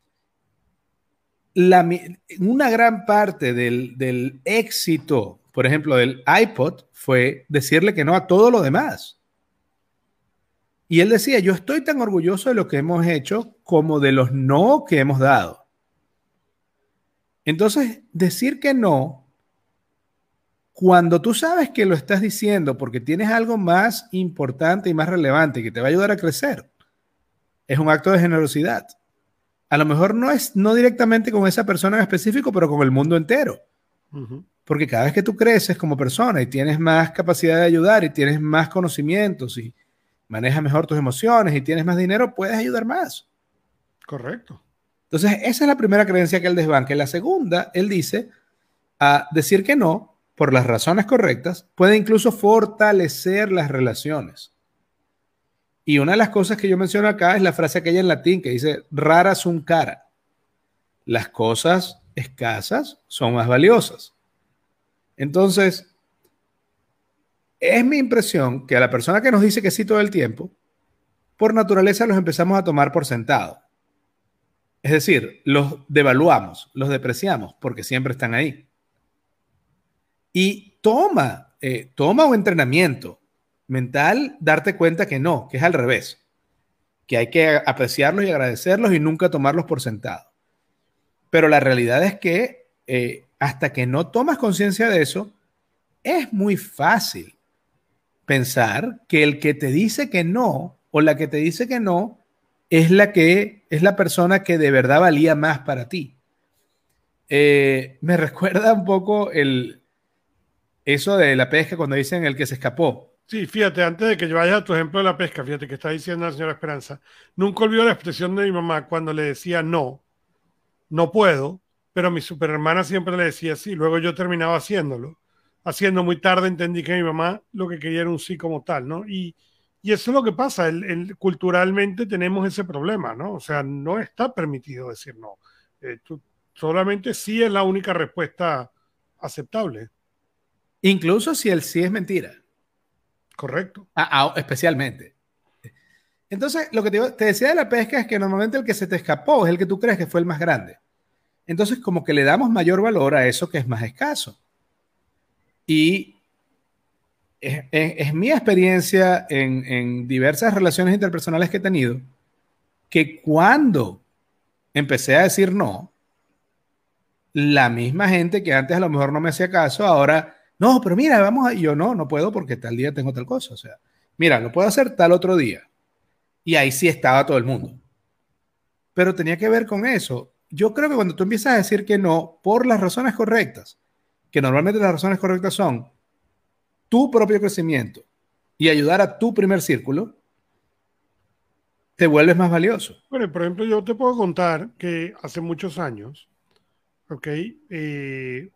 la, una gran parte del, del éxito, por ejemplo, del iPod fue decirle que no a todo lo demás. Y él decía, yo estoy tan orgulloso de lo que hemos hecho como de los no que hemos dado. Entonces, decir que no, cuando tú sabes que lo estás diciendo porque tienes algo más importante y más relevante que te va a ayudar a crecer, es un acto de generosidad. A lo mejor no es no directamente con esa persona en específico, pero con el mundo entero. Uh-huh. Porque cada vez que tú creces como persona y tienes más capacidad de ayudar y tienes más conocimientos y manejas mejor tus emociones y tienes más dinero, puedes ayudar más. Correcto. Entonces, esa es la primera creencia que él desbanca. La segunda, él dice, a decir que no, por las razones correctas, puede incluso fortalecer las relaciones. Y una de las cosas que yo menciono acá es la frase aquella en latín que dice, rara sunt cara. Las cosas escasas son más valiosas. Entonces, es mi impresión que a la persona que nos dice que sí todo el tiempo, por naturaleza los empezamos a tomar por sentado. Es decir, los devaluamos, los depreciamos porque siempre están ahí. Y toma, eh, toma un entrenamiento mental, darte cuenta que no, que es al revés, que hay que apreciarlos y agradecerlos y nunca tomarlos por sentado. Pero la realidad es que eh, hasta que no tomas conciencia de eso, es muy fácil pensar que el que te dice que no o la que te dice que no es la que es la persona que de verdad valía más para ti. Eh, me recuerda un poco el, eso de la pesca cuando dicen el que se escapó. Sí, fíjate, antes de que vayas a tu ejemplo de la pesca, fíjate que está diciendo la señora Esperanza, nunca olvido la expresión de mi mamá cuando le decía no, no puedo, pero mi superhermana siempre le decía sí, luego yo terminaba haciéndolo. Haciendo muy tarde entendí que mi mamá lo que quería era un sí como tal, ¿no? Y, y eso es lo que pasa, el, el, culturalmente tenemos ese problema, ¿no? O sea, no está permitido decir no. Eh, tú, solamente sí es la única respuesta aceptable. Incluso si el sí es mentira. Correcto. Ah, ah, especialmente. Entonces, lo que te, te decía de la pesca es que normalmente el que se te escapó es el que tú crees que fue el más grande. Entonces, como que le damos mayor valor a eso que es más escaso. Y es, es, es mi experiencia en, en diversas relaciones interpersonales que he tenido, que cuando empecé a decir no, la misma gente que antes a lo mejor no me hacía caso, ahora, no, pero mira, vamos a... Y yo no, no puedo porque tal día tengo tal cosa. O sea, mira, lo puedo hacer tal otro día. Y ahí sí estaba todo el mundo. Pero tenía que ver con eso. Yo creo que cuando tú empiezas a decir que no por las razones correctas, que normalmente las razones correctas son tu propio crecimiento y ayudar a tu primer círculo, te vuelves más valioso. Bueno, por ejemplo, yo te puedo contar que hace muchos años, ok, eh,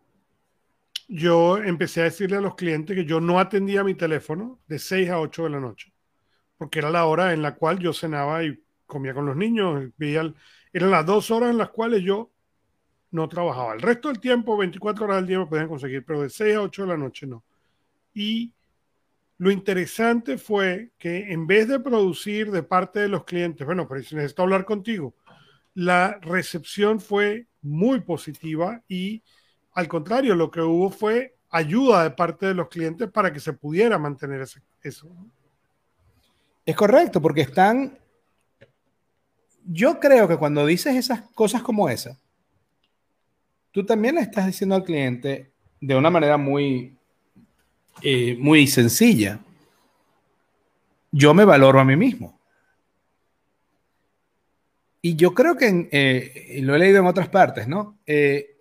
yo empecé a decirle a los clientes que yo no atendía mi teléfono de seis a ocho de la noche, porque era la hora en la cual yo cenaba y comía con los niños, veía, eran las dos horas en las cuales yo no trabajaba. El resto del tiempo, veinticuatro horas al día me podían conseguir, pero de seis a ocho de la noche no. Y Lo interesante fue que en vez de producir de parte de los clientes, bueno, pero si necesito hablar contigo, la recepción fue muy positiva y al contrario, lo que hubo fue ayuda de parte de los clientes para que se pudiera mantener ese, eso. Es correcto, porque están... Yo creo que cuando dices esas cosas como esa, tú también le estás diciendo al cliente de una manera muy, eh, muy sencilla. Yo me valoro a mí mismo. Y yo creo que, en, eh, y lo he leído en otras partes, ¿no? Eh,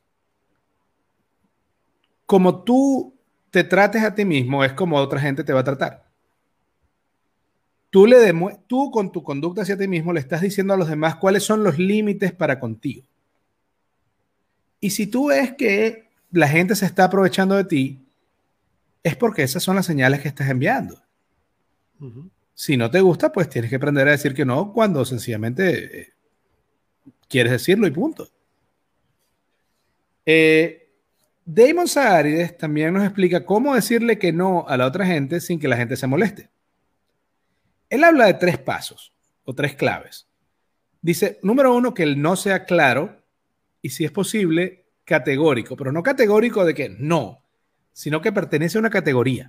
como tú te trates a ti mismo, es como otra gente te va a tratar. Tú, le demu- tú con tu conducta hacia ti mismo le estás diciendo a los demás cuáles son los límites para contigo. Y si tú ves que la gente se está aprovechando de ti, es porque esas son las señales que estás enviando. Uh-huh. Si no te gusta, pues tienes que aprender a decir que no cuando sencillamente eh, quieres decirlo y punto. Eh, Damon Saharides también nos explica cómo decirle que no a la otra gente sin que la gente se moleste. Él habla de tres pasos o tres claves. Dice, número uno, que el no sea claro y, si es posible, categórico, pero no categórico de que no, sino que pertenece a una categoría.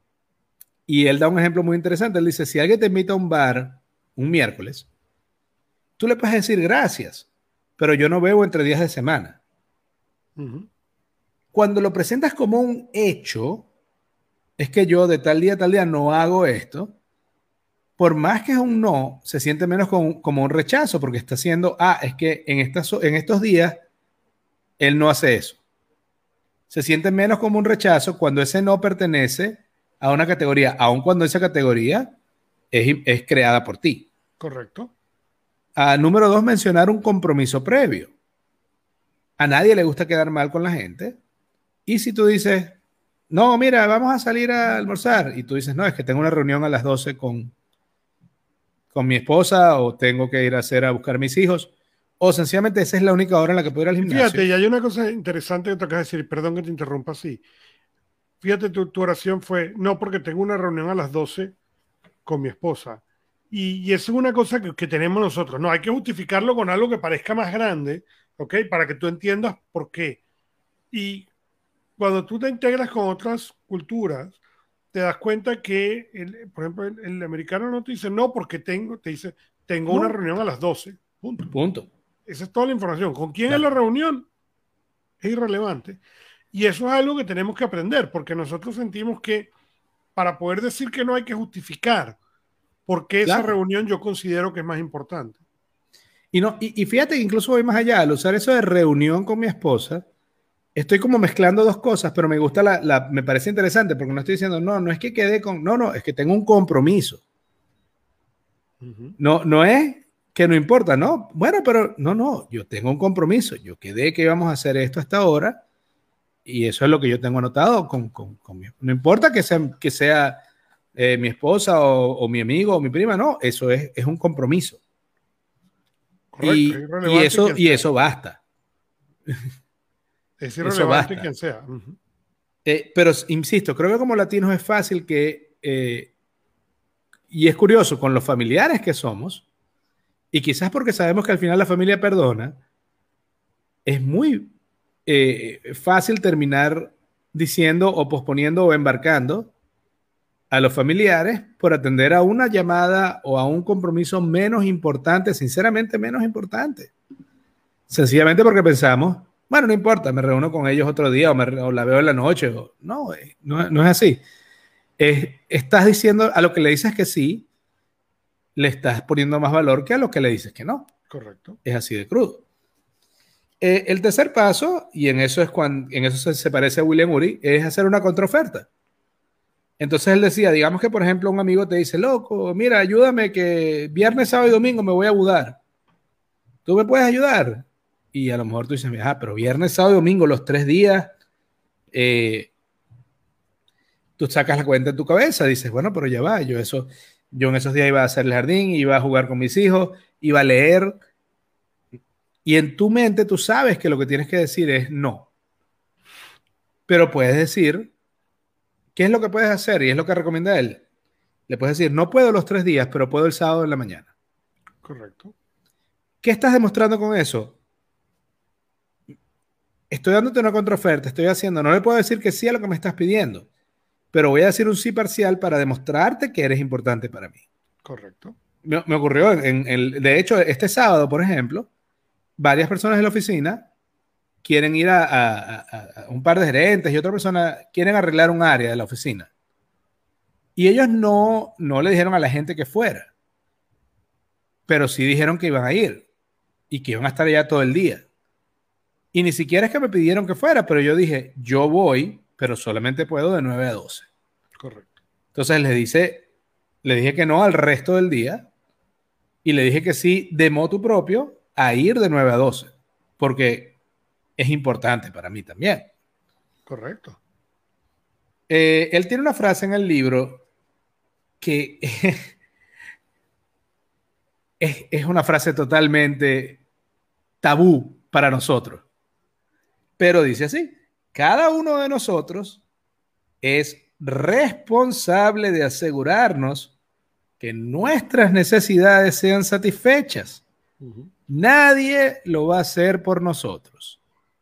Y él da un ejemplo muy interesante. Él dice, si alguien te invita a un bar un miércoles, tú le puedes decir gracias, pero yo no bebo entre días de semana. Uh-huh. Cuando lo presentas como un hecho, es que yo de tal día a tal día no hago esto, por más que es un no, se siente menos como, como un rechazo, porque está haciendo, ah, es que en, estas, en estos días él no hace eso. Se siente menos como un rechazo cuando ese no pertenece a una categoría, aun cuando esa categoría es, es creada por ti. Correcto. Ah, número dos, mencionar un compromiso previo. A nadie le gusta quedar mal con la gente. Y si tú dices, no, mira, vamos a salir a almorzar, y tú dices, no, es que tengo una reunión a las doce con, con mi esposa, o tengo que ir a hacer a buscar a mis hijos, o sencillamente esa es la única hora en la que puedo ir al gimnasio. Fíjate, y hay una cosa interesante que te acabas de decir, perdón que te interrumpa así. Fíjate, tu, tu oración fue, no, porque tengo una reunión a las doce con mi esposa. Y, y eso es una cosa que, que tenemos nosotros. No, hay que justificarlo con algo que parezca más grande, ¿ok? Para que tú entiendas por qué. Y cuando tú te integras con otras culturas, te das cuenta que, el, por ejemplo, el, el americano no te dice no porque tengo, te dice tengo no. una reunión a las doce. Punto. Punto. Esa es toda la información. ¿Con quién claro. es la reunión? Es irrelevante. Y eso es algo que tenemos que aprender, porque nosotros sentimos que para poder decir que no hay que justificar porque claro. esa reunión yo considero que es más importante. Y, no, y, y fíjate que incluso voy más allá. Al usar eso de reunión con mi esposa, estoy como mezclando dos cosas, pero me gusta la, la, me parece interesante porque no estoy diciendo, no, no es que quede con, no, no, es que tengo un compromiso. Uh-huh. No, no es que no importa, no, bueno, pero no, no, yo tengo un compromiso, yo quedé que íbamos a hacer esto hasta ahora y eso es lo que yo tengo anotado con, con, con mi, no importa que sea, que sea eh, mi esposa o, o mi amigo o mi prima, no, eso es, es un compromiso. Correcto, y, es y, eso, y eso basta. Es irrelevante quien sea. Uh-huh. Eh, pero insisto, creo que como latinos es fácil que, eh, y es curioso, con los familiares que somos, y quizás porque sabemos que al final la familia perdona, es muy eh, fácil terminar diciendo o posponiendo o embarcando a los familiares por atender a una llamada o a un compromiso menos importante, sinceramente menos importante. Sencillamente porque pensamos, bueno, no importa, me reúno con ellos otro día o, me, o la veo en la noche. O, no, no, no es así. Es, estás diciendo a lo que le dices que sí, le estás poniendo más valor que a lo que le dices que no. Correcto. Es así de crudo. Eh, el tercer paso, y en eso es cuando, en eso se, se parece a William Ury, es hacer una contraoferta. Entonces él decía, digamos que por ejemplo un amigo te dice, loco, mira, ayúdame que viernes, sábado y domingo me voy a mudar. ¿Tú me puedes ayudar? Y a lo mejor tú dices, ah, pero viernes, sábado y domingo, los tres días, eh, tú sacas la cuenta en tu cabeza, dices, bueno, pero ya va, yo, eso, yo en esos días iba a hacer el jardín, iba a jugar con mis hijos, iba a leer, y en tu mente tú sabes que lo que tienes que decir es no. Pero puedes decir, ¿qué es lo que puedes hacer? Y es lo que recomienda él. Le puedes decir, no puedo los tres días, pero puedo el sábado en la mañana. Correcto. ¿Qué estás demostrando con eso? Estoy dándote una contraoferta, estoy haciendo, no le puedo decir que sí a lo que me estás pidiendo, pero voy a decir un sí parcial para demostrarte que eres importante para mí. Correcto. Me, me ocurrió, en, en el, de hecho, este sábado, por ejemplo, varias personas de la oficina quieren ir a, a, a, a un par de gerentes y otra persona quieren arreglar un área de la oficina. Y ellos no, no le dijeron a la gente que fuera, pero sí dijeron que iban a ir y que iban a estar allá todo el día. Y ni siquiera es que me pidieron que fuera, pero yo dije, yo voy, pero solamente puedo de nueve a doce. Correcto. Entonces le, dice, le dije que no al resto del día y le dije que sí de motu propio a ir de nueve a doce, porque es importante para mí también. Correcto. Eh, él tiene una frase en el libro que es, es una frase totalmente tabú para nosotros. Pero dice así, cada uno de nosotros es responsable de asegurarnos que nuestras necesidades sean satisfechas. Uh-huh. Nadie lo va a hacer por nosotros.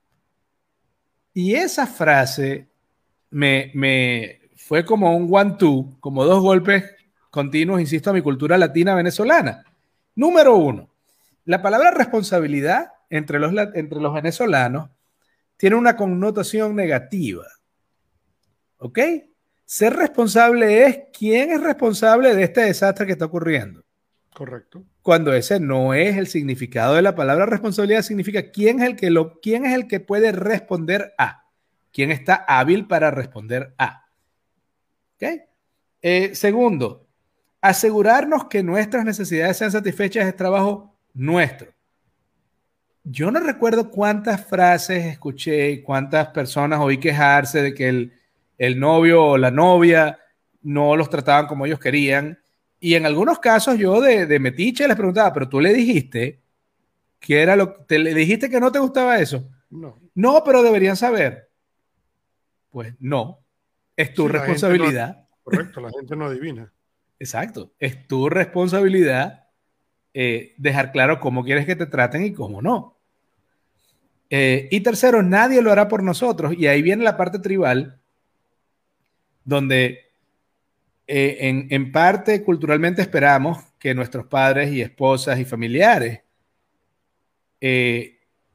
Y esa frase me, me fue como un one-two, como dos golpes continuos, insisto, a mi cultura latina venezolana. Número uno, la palabra responsabilidad entre los, entre los venezolanos tiene una connotación negativa. ¿Ok? Ser responsable es quién es responsable de este desastre que está ocurriendo. Correcto. Cuando ese no es el significado de la palabra responsabilidad, significa quién es el que, lo, quién es el que puede responder a. Quién está hábil para responder a. ¿Ok? Eh, segundo, asegurarnos que nuestras necesidades sean satisfechas es trabajo nuestro. Yo no recuerdo cuántas frases escuché y cuántas personas oí quejarse de que el, el novio o la novia no los trataban como ellos querían. Y en algunos casos yo de, de metiche les preguntaba, pero tú le dijiste que era lo te le dijiste que no te gustaba eso. No. No, pero deberían saber. Pues no. Es tu sí, responsabilidad. No, correcto, la gente no adivina. Exacto. Es tu responsabilidad eh, dejar claro cómo quieres que te traten y cómo no. Eh, y tercero, nadie lo hará por nosotros. Y ahí viene la parte tribal, donde eh, en, en parte culturalmente esperamos que nuestros padres y esposas y familiares eh,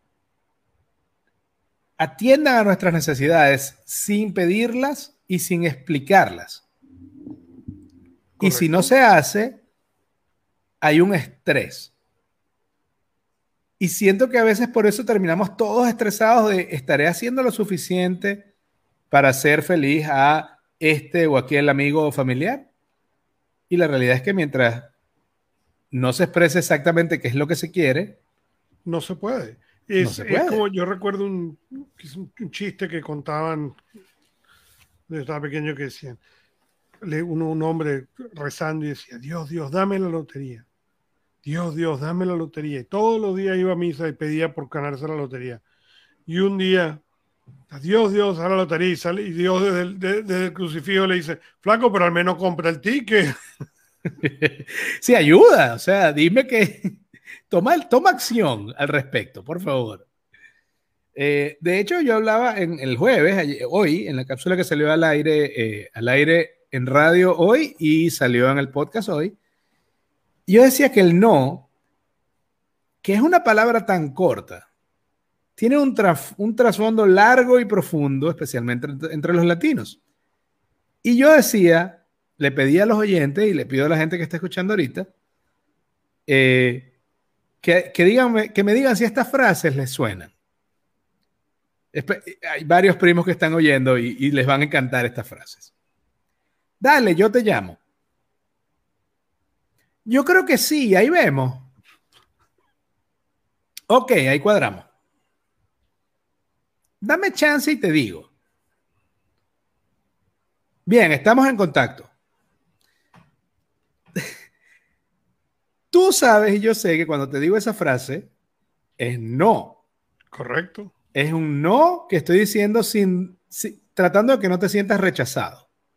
atiendan a nuestras necesidades sin pedirlas y sin explicarlas. Correcto. Y si no se hace, hay un estrés. Y siento que a veces por eso terminamos todos estresados de estaré haciendo lo suficiente para hacer feliz a este o aquel amigo o familiar. Y la realidad es que mientras no se exprese exactamente qué es lo que se quiere, no se puede. Es, no se puede. Es como yo recuerdo un, un chiste que contaban desde estaba pequeño que decían, un, un hombre rezando y decía, Dios, Dios, dame la lotería. Dios, Dios, dame la lotería. Y todos los días iba a misa y pedía por ganarse la lotería. Y un día, Dios, Dios, a la lotería. Y, sale, y Dios desde el, de, desde el crucifijo le dice, flaco, pero al menos compra el ticket. Sí, ayuda. O sea, dime que toma, toma acción al respecto, por favor. Eh, de hecho, yo hablaba en el jueves, ayer, hoy, en la cápsula que salió al aire, eh, al aire en radio hoy y salió en el podcast hoy. Yo decía que el no, que es una palabra tan corta, tiene un, traf, un trasfondo largo y profundo, especialmente entre, entre los latinos. Y yo decía, le pedí a los oyentes y le pido a la gente que está escuchando ahorita, eh, que, que, díganme, que me digan si estas frases les suenan. Hay varios primos que están oyendo y, y les van a encantar estas frases. Dale, yo te llamo. Yo creo que sí, ahí vemos. Ok, ahí cuadramos. Dame chance y te digo. Bien, estamos en contacto. Tú sabes y yo sé que cuando te digo esa frase es no. Correcto. Es un no que estoy diciendo sin, sin tratando de que no te sientas rechazado.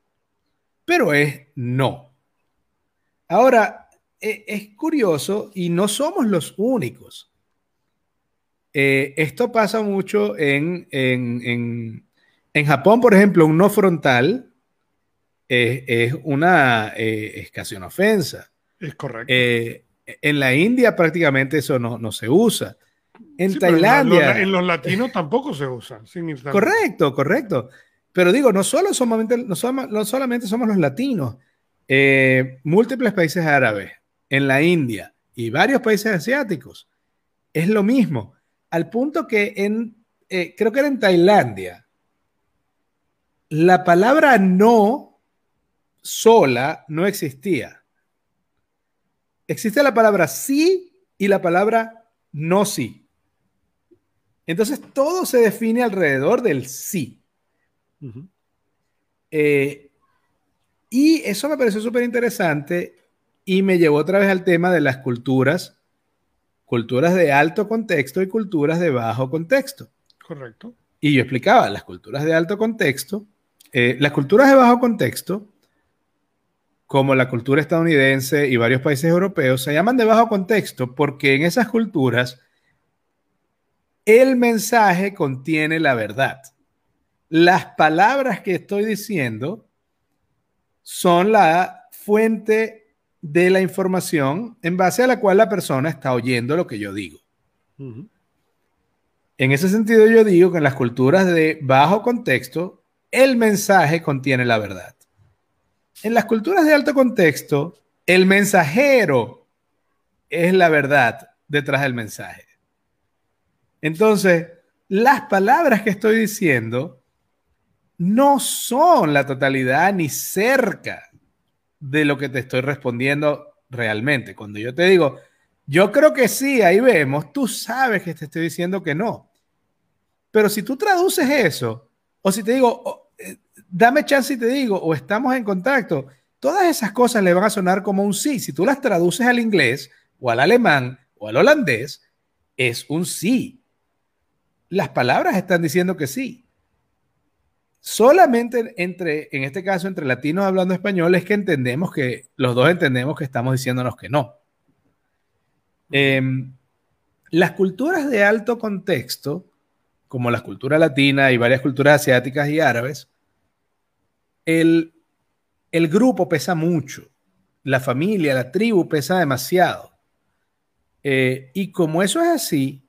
pero es no. Ahora, eh, es curioso y no somos los únicos. Eh, esto pasa mucho en, en, en, en Japón, por ejemplo, un no frontal es, es una eh, es casi una ofensa. Es correcto. Eh, en la India prácticamente eso no, no se usa. En Sí, Tailandia. En, la, los, en los latinos tampoco se usa. Sin ir tan correcto, correcto. Pero digo, no, solo solamente, no, somos, no solamente somos los latinos, eh, múltiples países árabes, en la India y varios países asiáticos, es lo mismo. Al punto que en, eh, creo que era en Tailandia, la palabra no sola no existía. Existe la palabra sí y la palabra no sí. Entonces todo se define alrededor del sí. Uh-huh. Eh, y eso me pareció súper interesante y me llevó otra vez al tema de las culturas, culturas de alto contexto y culturas de bajo contexto. Correcto. Y yo explicaba, las culturas de alto contexto, eh, las culturas de bajo contexto, como la cultura estadounidense y varios países europeos, se llaman de bajo contexto porque en esas culturas el mensaje contiene la verdad. Las palabras que estoy diciendo son la fuente de la información en base a la cual la persona está oyendo lo que yo digo. Uh-huh. En ese sentido, yo digo que en las culturas de bajo contexto, el mensaje contiene la verdad. En las culturas de alto contexto, el mensajero es la verdad detrás del mensaje. Entonces, las palabras que estoy diciendo no son la totalidad ni cerca de lo que te estoy respondiendo realmente. Cuando yo te digo, yo creo que sí, ahí vemos, tú sabes que te estoy diciendo que no. Pero si tú traduces eso, o si te digo, oh, eh, dame chance y te digo, o estamos en contacto, todas esas cosas le van a sonar como un sí. Si tú las traduces al inglés, o al alemán, o al holandés, es un sí. Las palabras están diciendo que sí. Solamente entre, en este caso, entre latinos hablando español, es que entendemos que, los dos entendemos que estamos diciéndonos que no. Eh, las culturas de alto contexto, como la cultura latina y varias culturas asiáticas y árabes, el, el grupo pesa mucho. La familia, la tribu pesa demasiado. Eh, y como eso es así,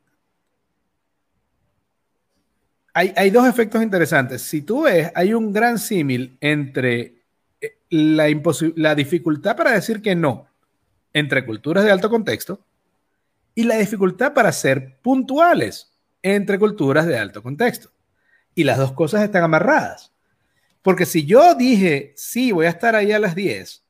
Hay, hay dos efectos interesantes. Si tú ves, hay un gran símil entre la, la dificultad para decir que no entre culturas de alto contexto y la dificultad para ser puntuales entre culturas de alto contexto. Y las dos cosas están amarradas. Porque si yo dije, sí, voy a estar ahí a las diez,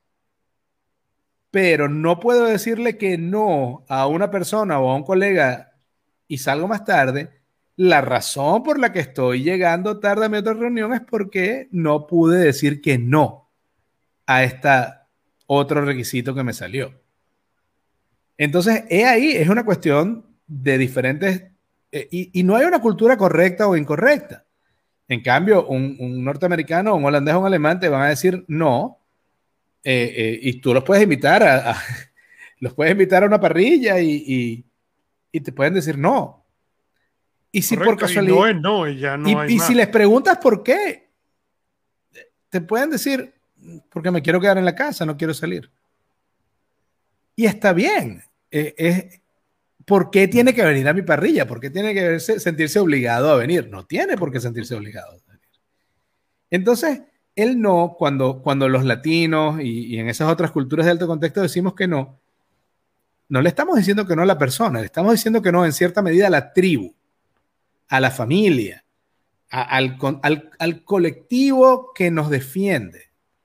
pero no puedo decirle que no a una persona o a un colega y salgo más tarde, la razón por la que estoy llegando tarde a mi otra reunión es porque no pude decir que no a esta otro requisito que me salió. Entonces, he ahí, es una cuestión de diferentes, eh, y, y no hay una cultura correcta o incorrecta. En cambio, un, un norteamericano, un holandés o un alemán te van a decir no, eh, eh, y tú los puedes invitar a, a los puedes invitar a una parrilla y, y, y te pueden decir no. Y si Correcto, por casualidad. Y no es no, y ya no y, hay y más. si les preguntas por qué, te pueden decir, porque me quiero quedar en la casa, no quiero salir. Y está bien. Eh, eh, ¿Por qué tiene que venir a mi parrilla? ¿Por qué tiene que verse, sentirse obligado a venir? No tiene por qué sentirse obligado a venir. Entonces, el no, cuando, cuando los latinos y, y en esas otras culturas de alto contexto decimos que no, no le estamos diciendo que no a la persona, le estamos diciendo que no en cierta medida a la tribu, a la familia, a, al, al, al colectivo que nos defiende.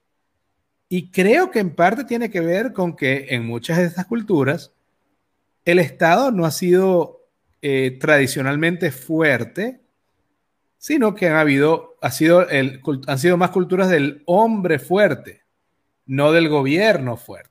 Y creo que en parte tiene que ver con que en muchas de estas culturas el Estado no ha sido eh, tradicionalmente fuerte, sino que han habido, ha sido el, han sido más culturas del hombre fuerte, no del gobierno fuerte.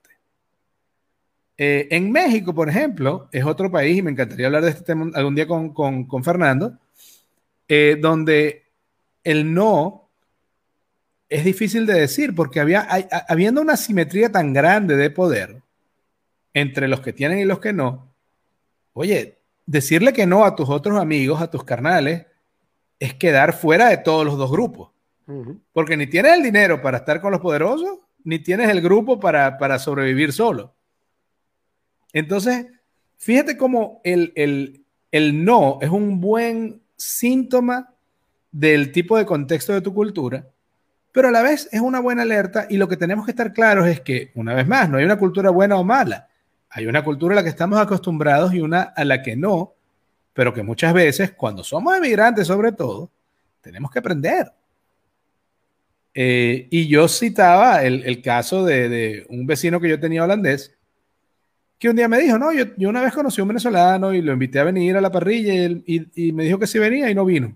Eh, en México, por ejemplo, es otro país, y me encantaría hablar de este tema algún día con, con, con Fernando, eh, donde el no es difícil de decir porque había, hay, habiendo una simetría tan grande de poder entre los que tienen y los que no, oye, decirle que no a tus otros amigos, a tus carnales, es quedar fuera de todos los dos grupos. Uh-huh. Porque ni tienes el dinero para estar con los poderosos, ni tienes el grupo para, para sobrevivir solo. Entonces, fíjate cómo el, el, el no es un buen síntoma del tipo de contexto de tu cultura, pero a la vez es una buena alerta y lo que tenemos que estar claros es que, una vez más, no hay una cultura buena o mala. Hay una cultura a la que estamos acostumbrados y una a la que no, pero que muchas veces, cuando somos emigrantes sobre todo, tenemos que aprender. Eh, y yo citaba el, el caso de, de un vecino que yo tenía holandés, que un día me dijo, no, yo, yo una vez conocí a un venezolano y lo invité a venir a la parrilla y, él, y, y me dijo que sí venía y no vino.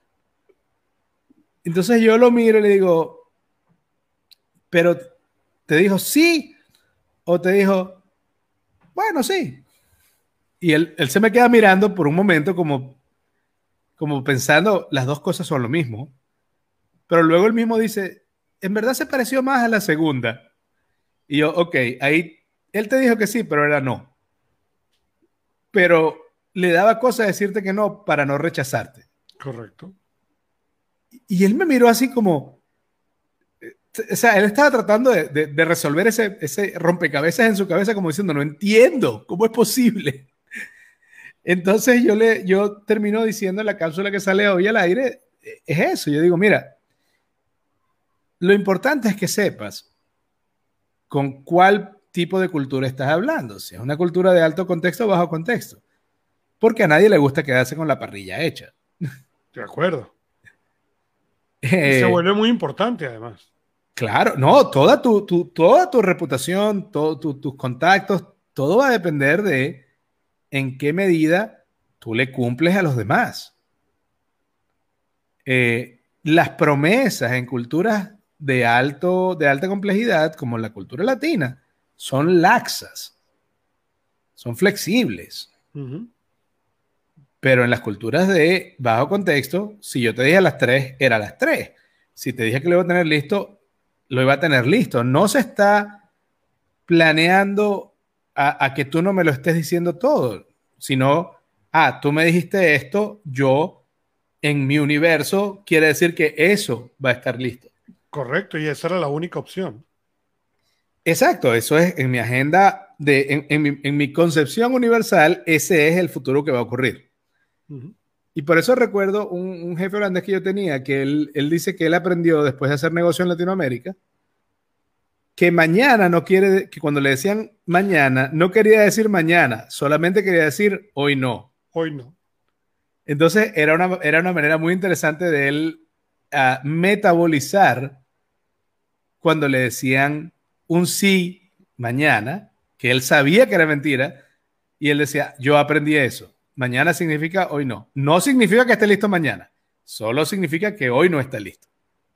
Entonces yo lo miro y le digo, pero ¿te dijo sí? ¿O te dijo, bueno, sí? Y él, él se me queda mirando por un momento como, como pensando, las dos cosas son lo mismo. Pero luego él mismo dice, en verdad se pareció más a la segunda. Y yo, ok, ahí él te dijo que sí, pero era no. Pero le daba cosa decirte que no para no rechazarte. Correcto. Y él me miró así como, o sea, él estaba tratando de, de, de resolver ese, ese rompecabezas en su cabeza como diciendo, no entiendo, ¿cómo es posible? Entonces yo, le, yo termino diciendo en la cápsula que sale hoy al aire, es eso. Yo digo, mira, lo importante es que sepas con cuál tipo de cultura estás hablando. Si es una cultura de alto contexto o bajo contexto. Porque a nadie le gusta quedarse con la parrilla hecha. De acuerdo. Eh, y se vuelve muy importante además. Claro, no, toda tu, tu, toda tu reputación, todo, tu, tus contactos, todo va a depender de en qué medida tú le cumples a los demás. Eh, las promesas en culturas de, alto, de alta complejidad, como la cultura latina, son laxas, son flexibles. Uh-huh. Pero en las culturas de bajo contexto, si yo te dije a las tres, era a las tres. Si te dije que lo iba a tener listo, lo iba a tener listo. No se está planeando a, a que tú no me lo estés diciendo todo, sino, ah, tú me dijiste esto, yo en mi universo quiere decir que eso va a estar listo. Correcto, y esa era la única opción. Exacto, eso es en mi agenda, de, en, en, mi, en mi concepción universal, ese es el futuro que va a ocurrir. Uh-huh. Y por eso recuerdo un, un jefe holandés que yo tenía, que él, él dice que él aprendió después de hacer negocio en Latinoamérica, que mañana no quiere, que cuando le decían mañana, no quería decir mañana, solamente quería decir hoy no. Hoy no. Entonces era una, era una manera muy interesante de él uh, metabolizar cuando le decían un sí mañana, que él sabía que era mentira, y él decía, yo aprendí eso. Mañana significa hoy no. No significa que esté listo mañana, solo significa que hoy no está listo.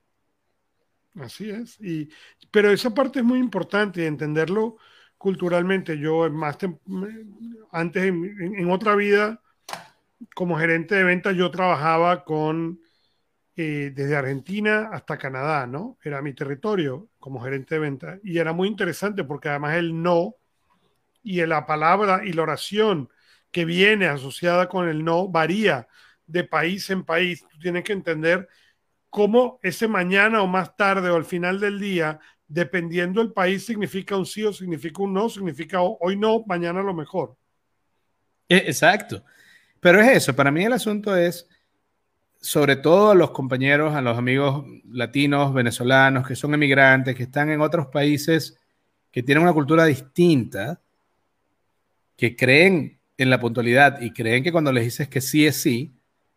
Así es. Y, pero esa parte es muy importante, entenderlo culturalmente. Yo más te, antes, en, en otra vida, como gerente de ventas, yo trabajaba con eh, desde Argentina hasta Canadá, ¿no? Era mi territorio como gerente de ventas. Y era muy interesante porque además el no y la palabra y la oración que viene asociada con el no varía de país en país. Tú tienes que entender cómo ese mañana o más tarde o al final del día, dependiendo del país, significa un sí o significa un no, significa hoy no, mañana a lo mejor. Exacto. Pero es eso, para mí el asunto es, sobre todo a los compañeros, a los amigos latinos, venezolanos, que son emigrantes, que están en otros países que tienen una cultura distinta, que creen en la puntualidad y creen que cuando les dices que sí es sí,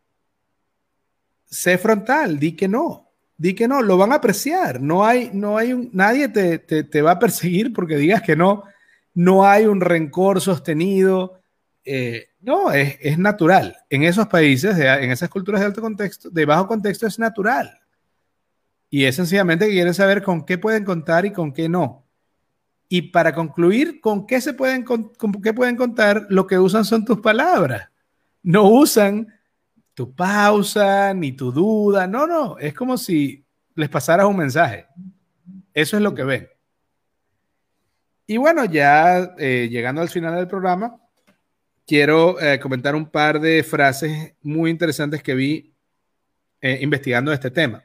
sé frontal, di que no, di que no, lo van a apreciar, no hay, no hay un, nadie te, te, te va a perseguir porque digas que no, no hay un rencor sostenido, eh, no, es, es natural, en esos países, de, en esas culturas de alto contexto, de bajo contexto es natural, y es sencillamente que quieren saber con qué pueden contar y con qué no. Y para concluir, ¿con qué se pueden, con, con qué pueden contar? Lo que usan son tus palabras. No usan tu pausa, ni tu duda. No, no. Es como si les pasaras un mensaje. Eso es lo que ven. Y bueno, ya eh, llegando al final del programa, quiero eh, comentar un par de frases muy interesantes que vi eh, investigando este tema.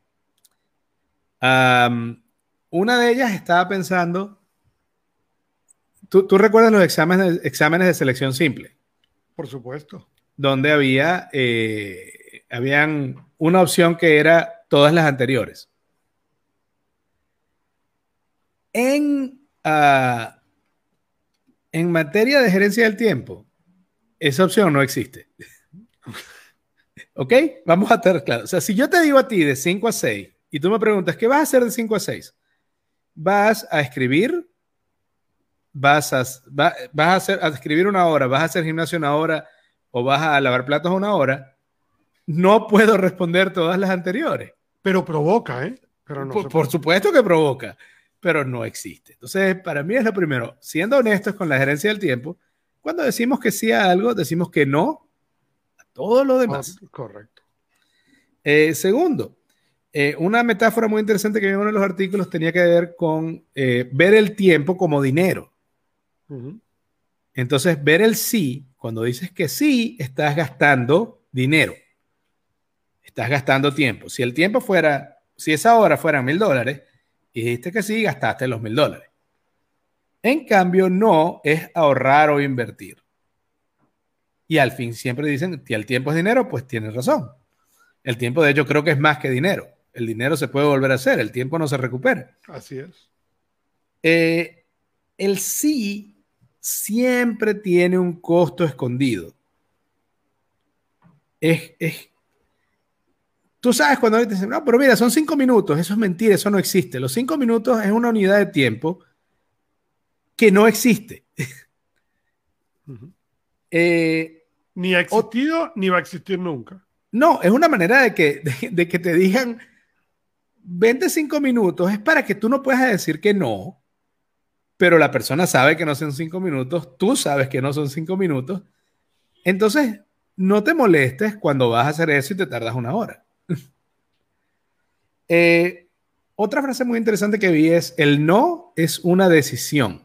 Um, una de ellas estaba pensando, ¿tú, tú recuerdas los exámenes, exámenes de selección simple? Por supuesto. Donde había eh, habían una opción que era todas las anteriores. En, uh, en materia de gerencia del tiempo, esa opción no existe. ¿Ok? Vamos a estar claros. O sea, si yo te digo a ti de cinco a seis y tú me preguntas, ¿qué vas a hacer de cinco a seis? ¿Vas a escribir? ¿Vas a, va, vas a, hacer, a escribir una hora? ¿Vas a hacer gimnasio una hora? ¿O vas a lavar platos una hora? No puedo responder todas las anteriores. Pero provoca, ¿eh? Pero no por, por supuesto que provoca, pero no existe. Entonces, para mí es lo primero, siendo honestos con la gerencia del tiempo, cuando decimos que sí a algo, decimos que no a todo lo demás. Oh, correcto. Eh, segundo, eh, una metáfora muy interesante que vi en uno de los artículos tenía que ver con eh, ver el tiempo como dinero. Uh-huh. Entonces, ver el sí, cuando dices que sí, estás gastando dinero. Estás gastando tiempo. Si el tiempo fuera, si esa hora fueran mil dólares, y dijiste que sí, gastaste los mil dólares. En cambio, no es ahorrar o invertir. Y al fin siempre dicen que el tiempo es dinero, pues tienes razón. El tiempo, de hecho, creo que es más que dinero. El dinero se puede volver a hacer, el tiempo no se recupera. Así es. Eh, el sí siempre tiene un costo escondido. Es, es, tú sabes cuando te dicen, no, pero mira, son cinco minutos, eso es mentira, eso no existe. Los cinco minutos es una unidad de tiempo que no existe. Uh-huh. eh, ni ha existido, o, ni va a existir nunca. No, es una manera de que, de, de que te digan, vente cinco minutos, es para que tú no puedas decir que no, pero la persona sabe que no son cinco minutos, tú sabes que no son cinco minutos, entonces no te molestes cuando vas a hacer eso y te tardas una hora. eh, otra frase muy interesante que vi es, el no es una decisión.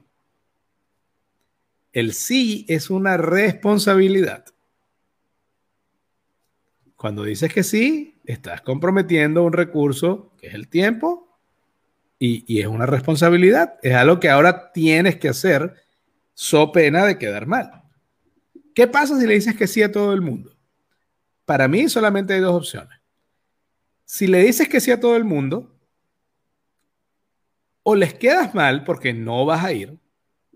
El sí es una responsabilidad. Cuando dices que sí, estás comprometiendo un recurso que es el tiempo y, y es una responsabilidad. Es algo que ahora tienes que hacer so pena de quedar mal. ¿Qué pasa si le dices que sí a todo el mundo? Para mí solamente hay dos opciones. Si le dices que sí a todo el mundo, o les quedas mal porque no vas a ir,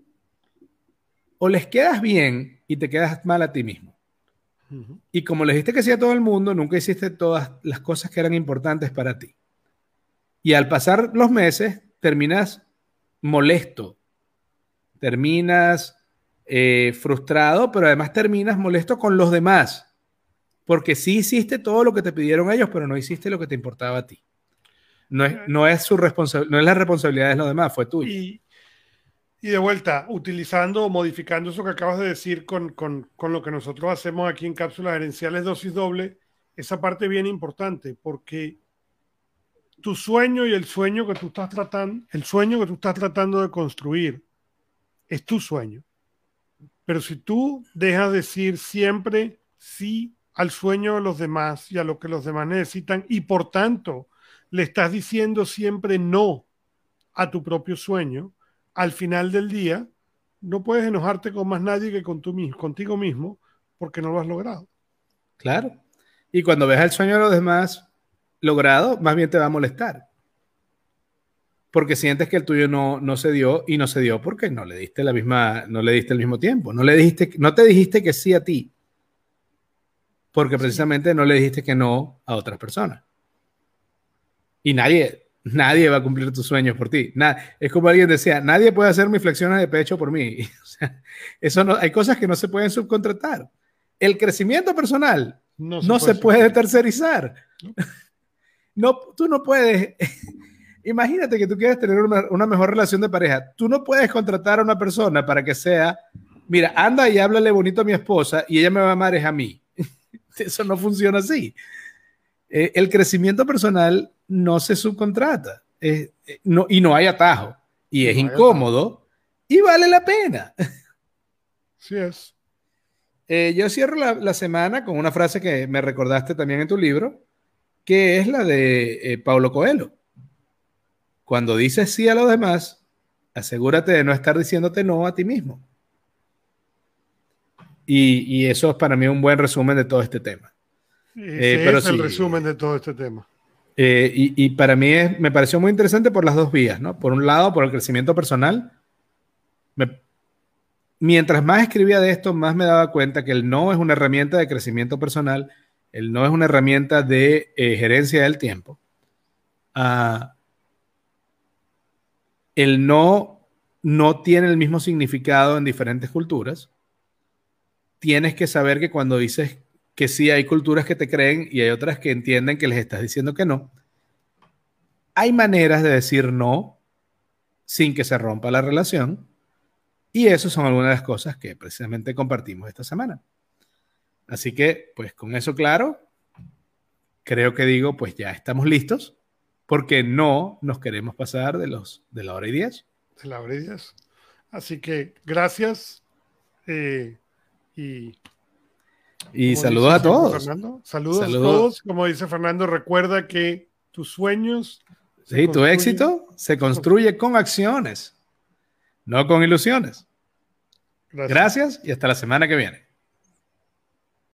o les quedas bien y te quedas mal a ti mismo. Uh-huh. Y como le dijiste que sí a todo el mundo, nunca hiciste todas las cosas que eran importantes para ti. Y al pasar los meses, terminas molesto, terminas eh, frustrado, pero además terminas molesto con los demás. Porque sí hiciste todo lo que te pidieron ellos, pero no hiciste lo que te importaba a ti. No es, no es, su responsa- no es la responsabilidad de los demás, fue tuya. Y, y de vuelta, utilizando o modificando eso que acabas de decir con, con, con lo que nosotros hacemos aquí en Cápsulas Gerenciales Dosis Doble, esa parte bien importante, porque tu sueño y el sueño que tú estás tratando, el sueño que tú estás tratando de construir es tu sueño. Pero si tú dejas de decir siempre sí al sueño de los demás y a lo que los demás necesitan, y por tanto le estás diciendo siempre no a tu propio sueño, al final del día no puedes enojarte con más nadie que con tú mismo, contigo mismo, porque no lo has logrado. Claro. Y cuando ves el sueño de los demás logrado, más bien te va a molestar. Porque sientes que el tuyo no, no se dio, y no se dio porque no le diste la misma, no le diste el mismo tiempo. No le dijiste, no te dijiste que sí a ti. Porque precisamente sí. No le dijiste que no a otras personas. Y nadie, nadie va a cumplir tus sueños por ti. Nada, es como alguien decía, nadie puede hacer mis flexiones de pecho por mí. O sea, eso no, hay cosas que no se pueden subcontratar. El crecimiento personal no se, no puede, se puede tercerizar. ¿No? No, tú no puedes. Imagínate que tú quieres tener una, una mejor relación de pareja. Tú no puedes contratar a una persona para que sea, mira, anda y háblale bonito a mi esposa y ella me va a amar es a mí. Eso no funciona así. Eh, el crecimiento personal no se subcontrata eh, eh, no, y no hay atajo. Y es No hay incómodo y vale la pena. Sí es. Eh, yo cierro la, la semana con una frase que me recordaste también en tu libro, que es la de eh, Paulo Coelho. Cuando dices sí a los demás, asegúrate de no estar diciéndote no a ti mismo. Y, y eso es para mí un buen resumen de todo este tema. Ese Eh, pero es el sí, resumen de todo este tema. eh, y, y para mí es, me pareció muy interesante por las dos vías, ¿no? Por un lado, por el crecimiento personal. Me, mientras más escribía de esto, más me daba cuenta que el no es una herramienta de crecimiento personal, el no es una herramienta de eh, gerencia del tiempo. Uh, el no no tiene el mismo significado en diferentes culturas. Tienes que saber que cuando dices que sí, hay culturas que te creen y hay otras que entienden que les estás diciendo que no. Hay maneras de decir no sin que se rompa la relación. Y eso son algunas de las cosas que precisamente compartimos esta semana. Así que, pues con eso claro, creo que digo, pues ya estamos listos, porque no nos queremos pasar de, los, de la hora y diez. De la hora y diez. Así que gracias. Eh, y y saludos a todos. Fernando, saludos, saludos a todos. Como dice Fernando, recuerda que tus sueños... Sí, tu éxito se construye con acciones, no con ilusiones. Gracias. Gracias y hasta la semana que viene.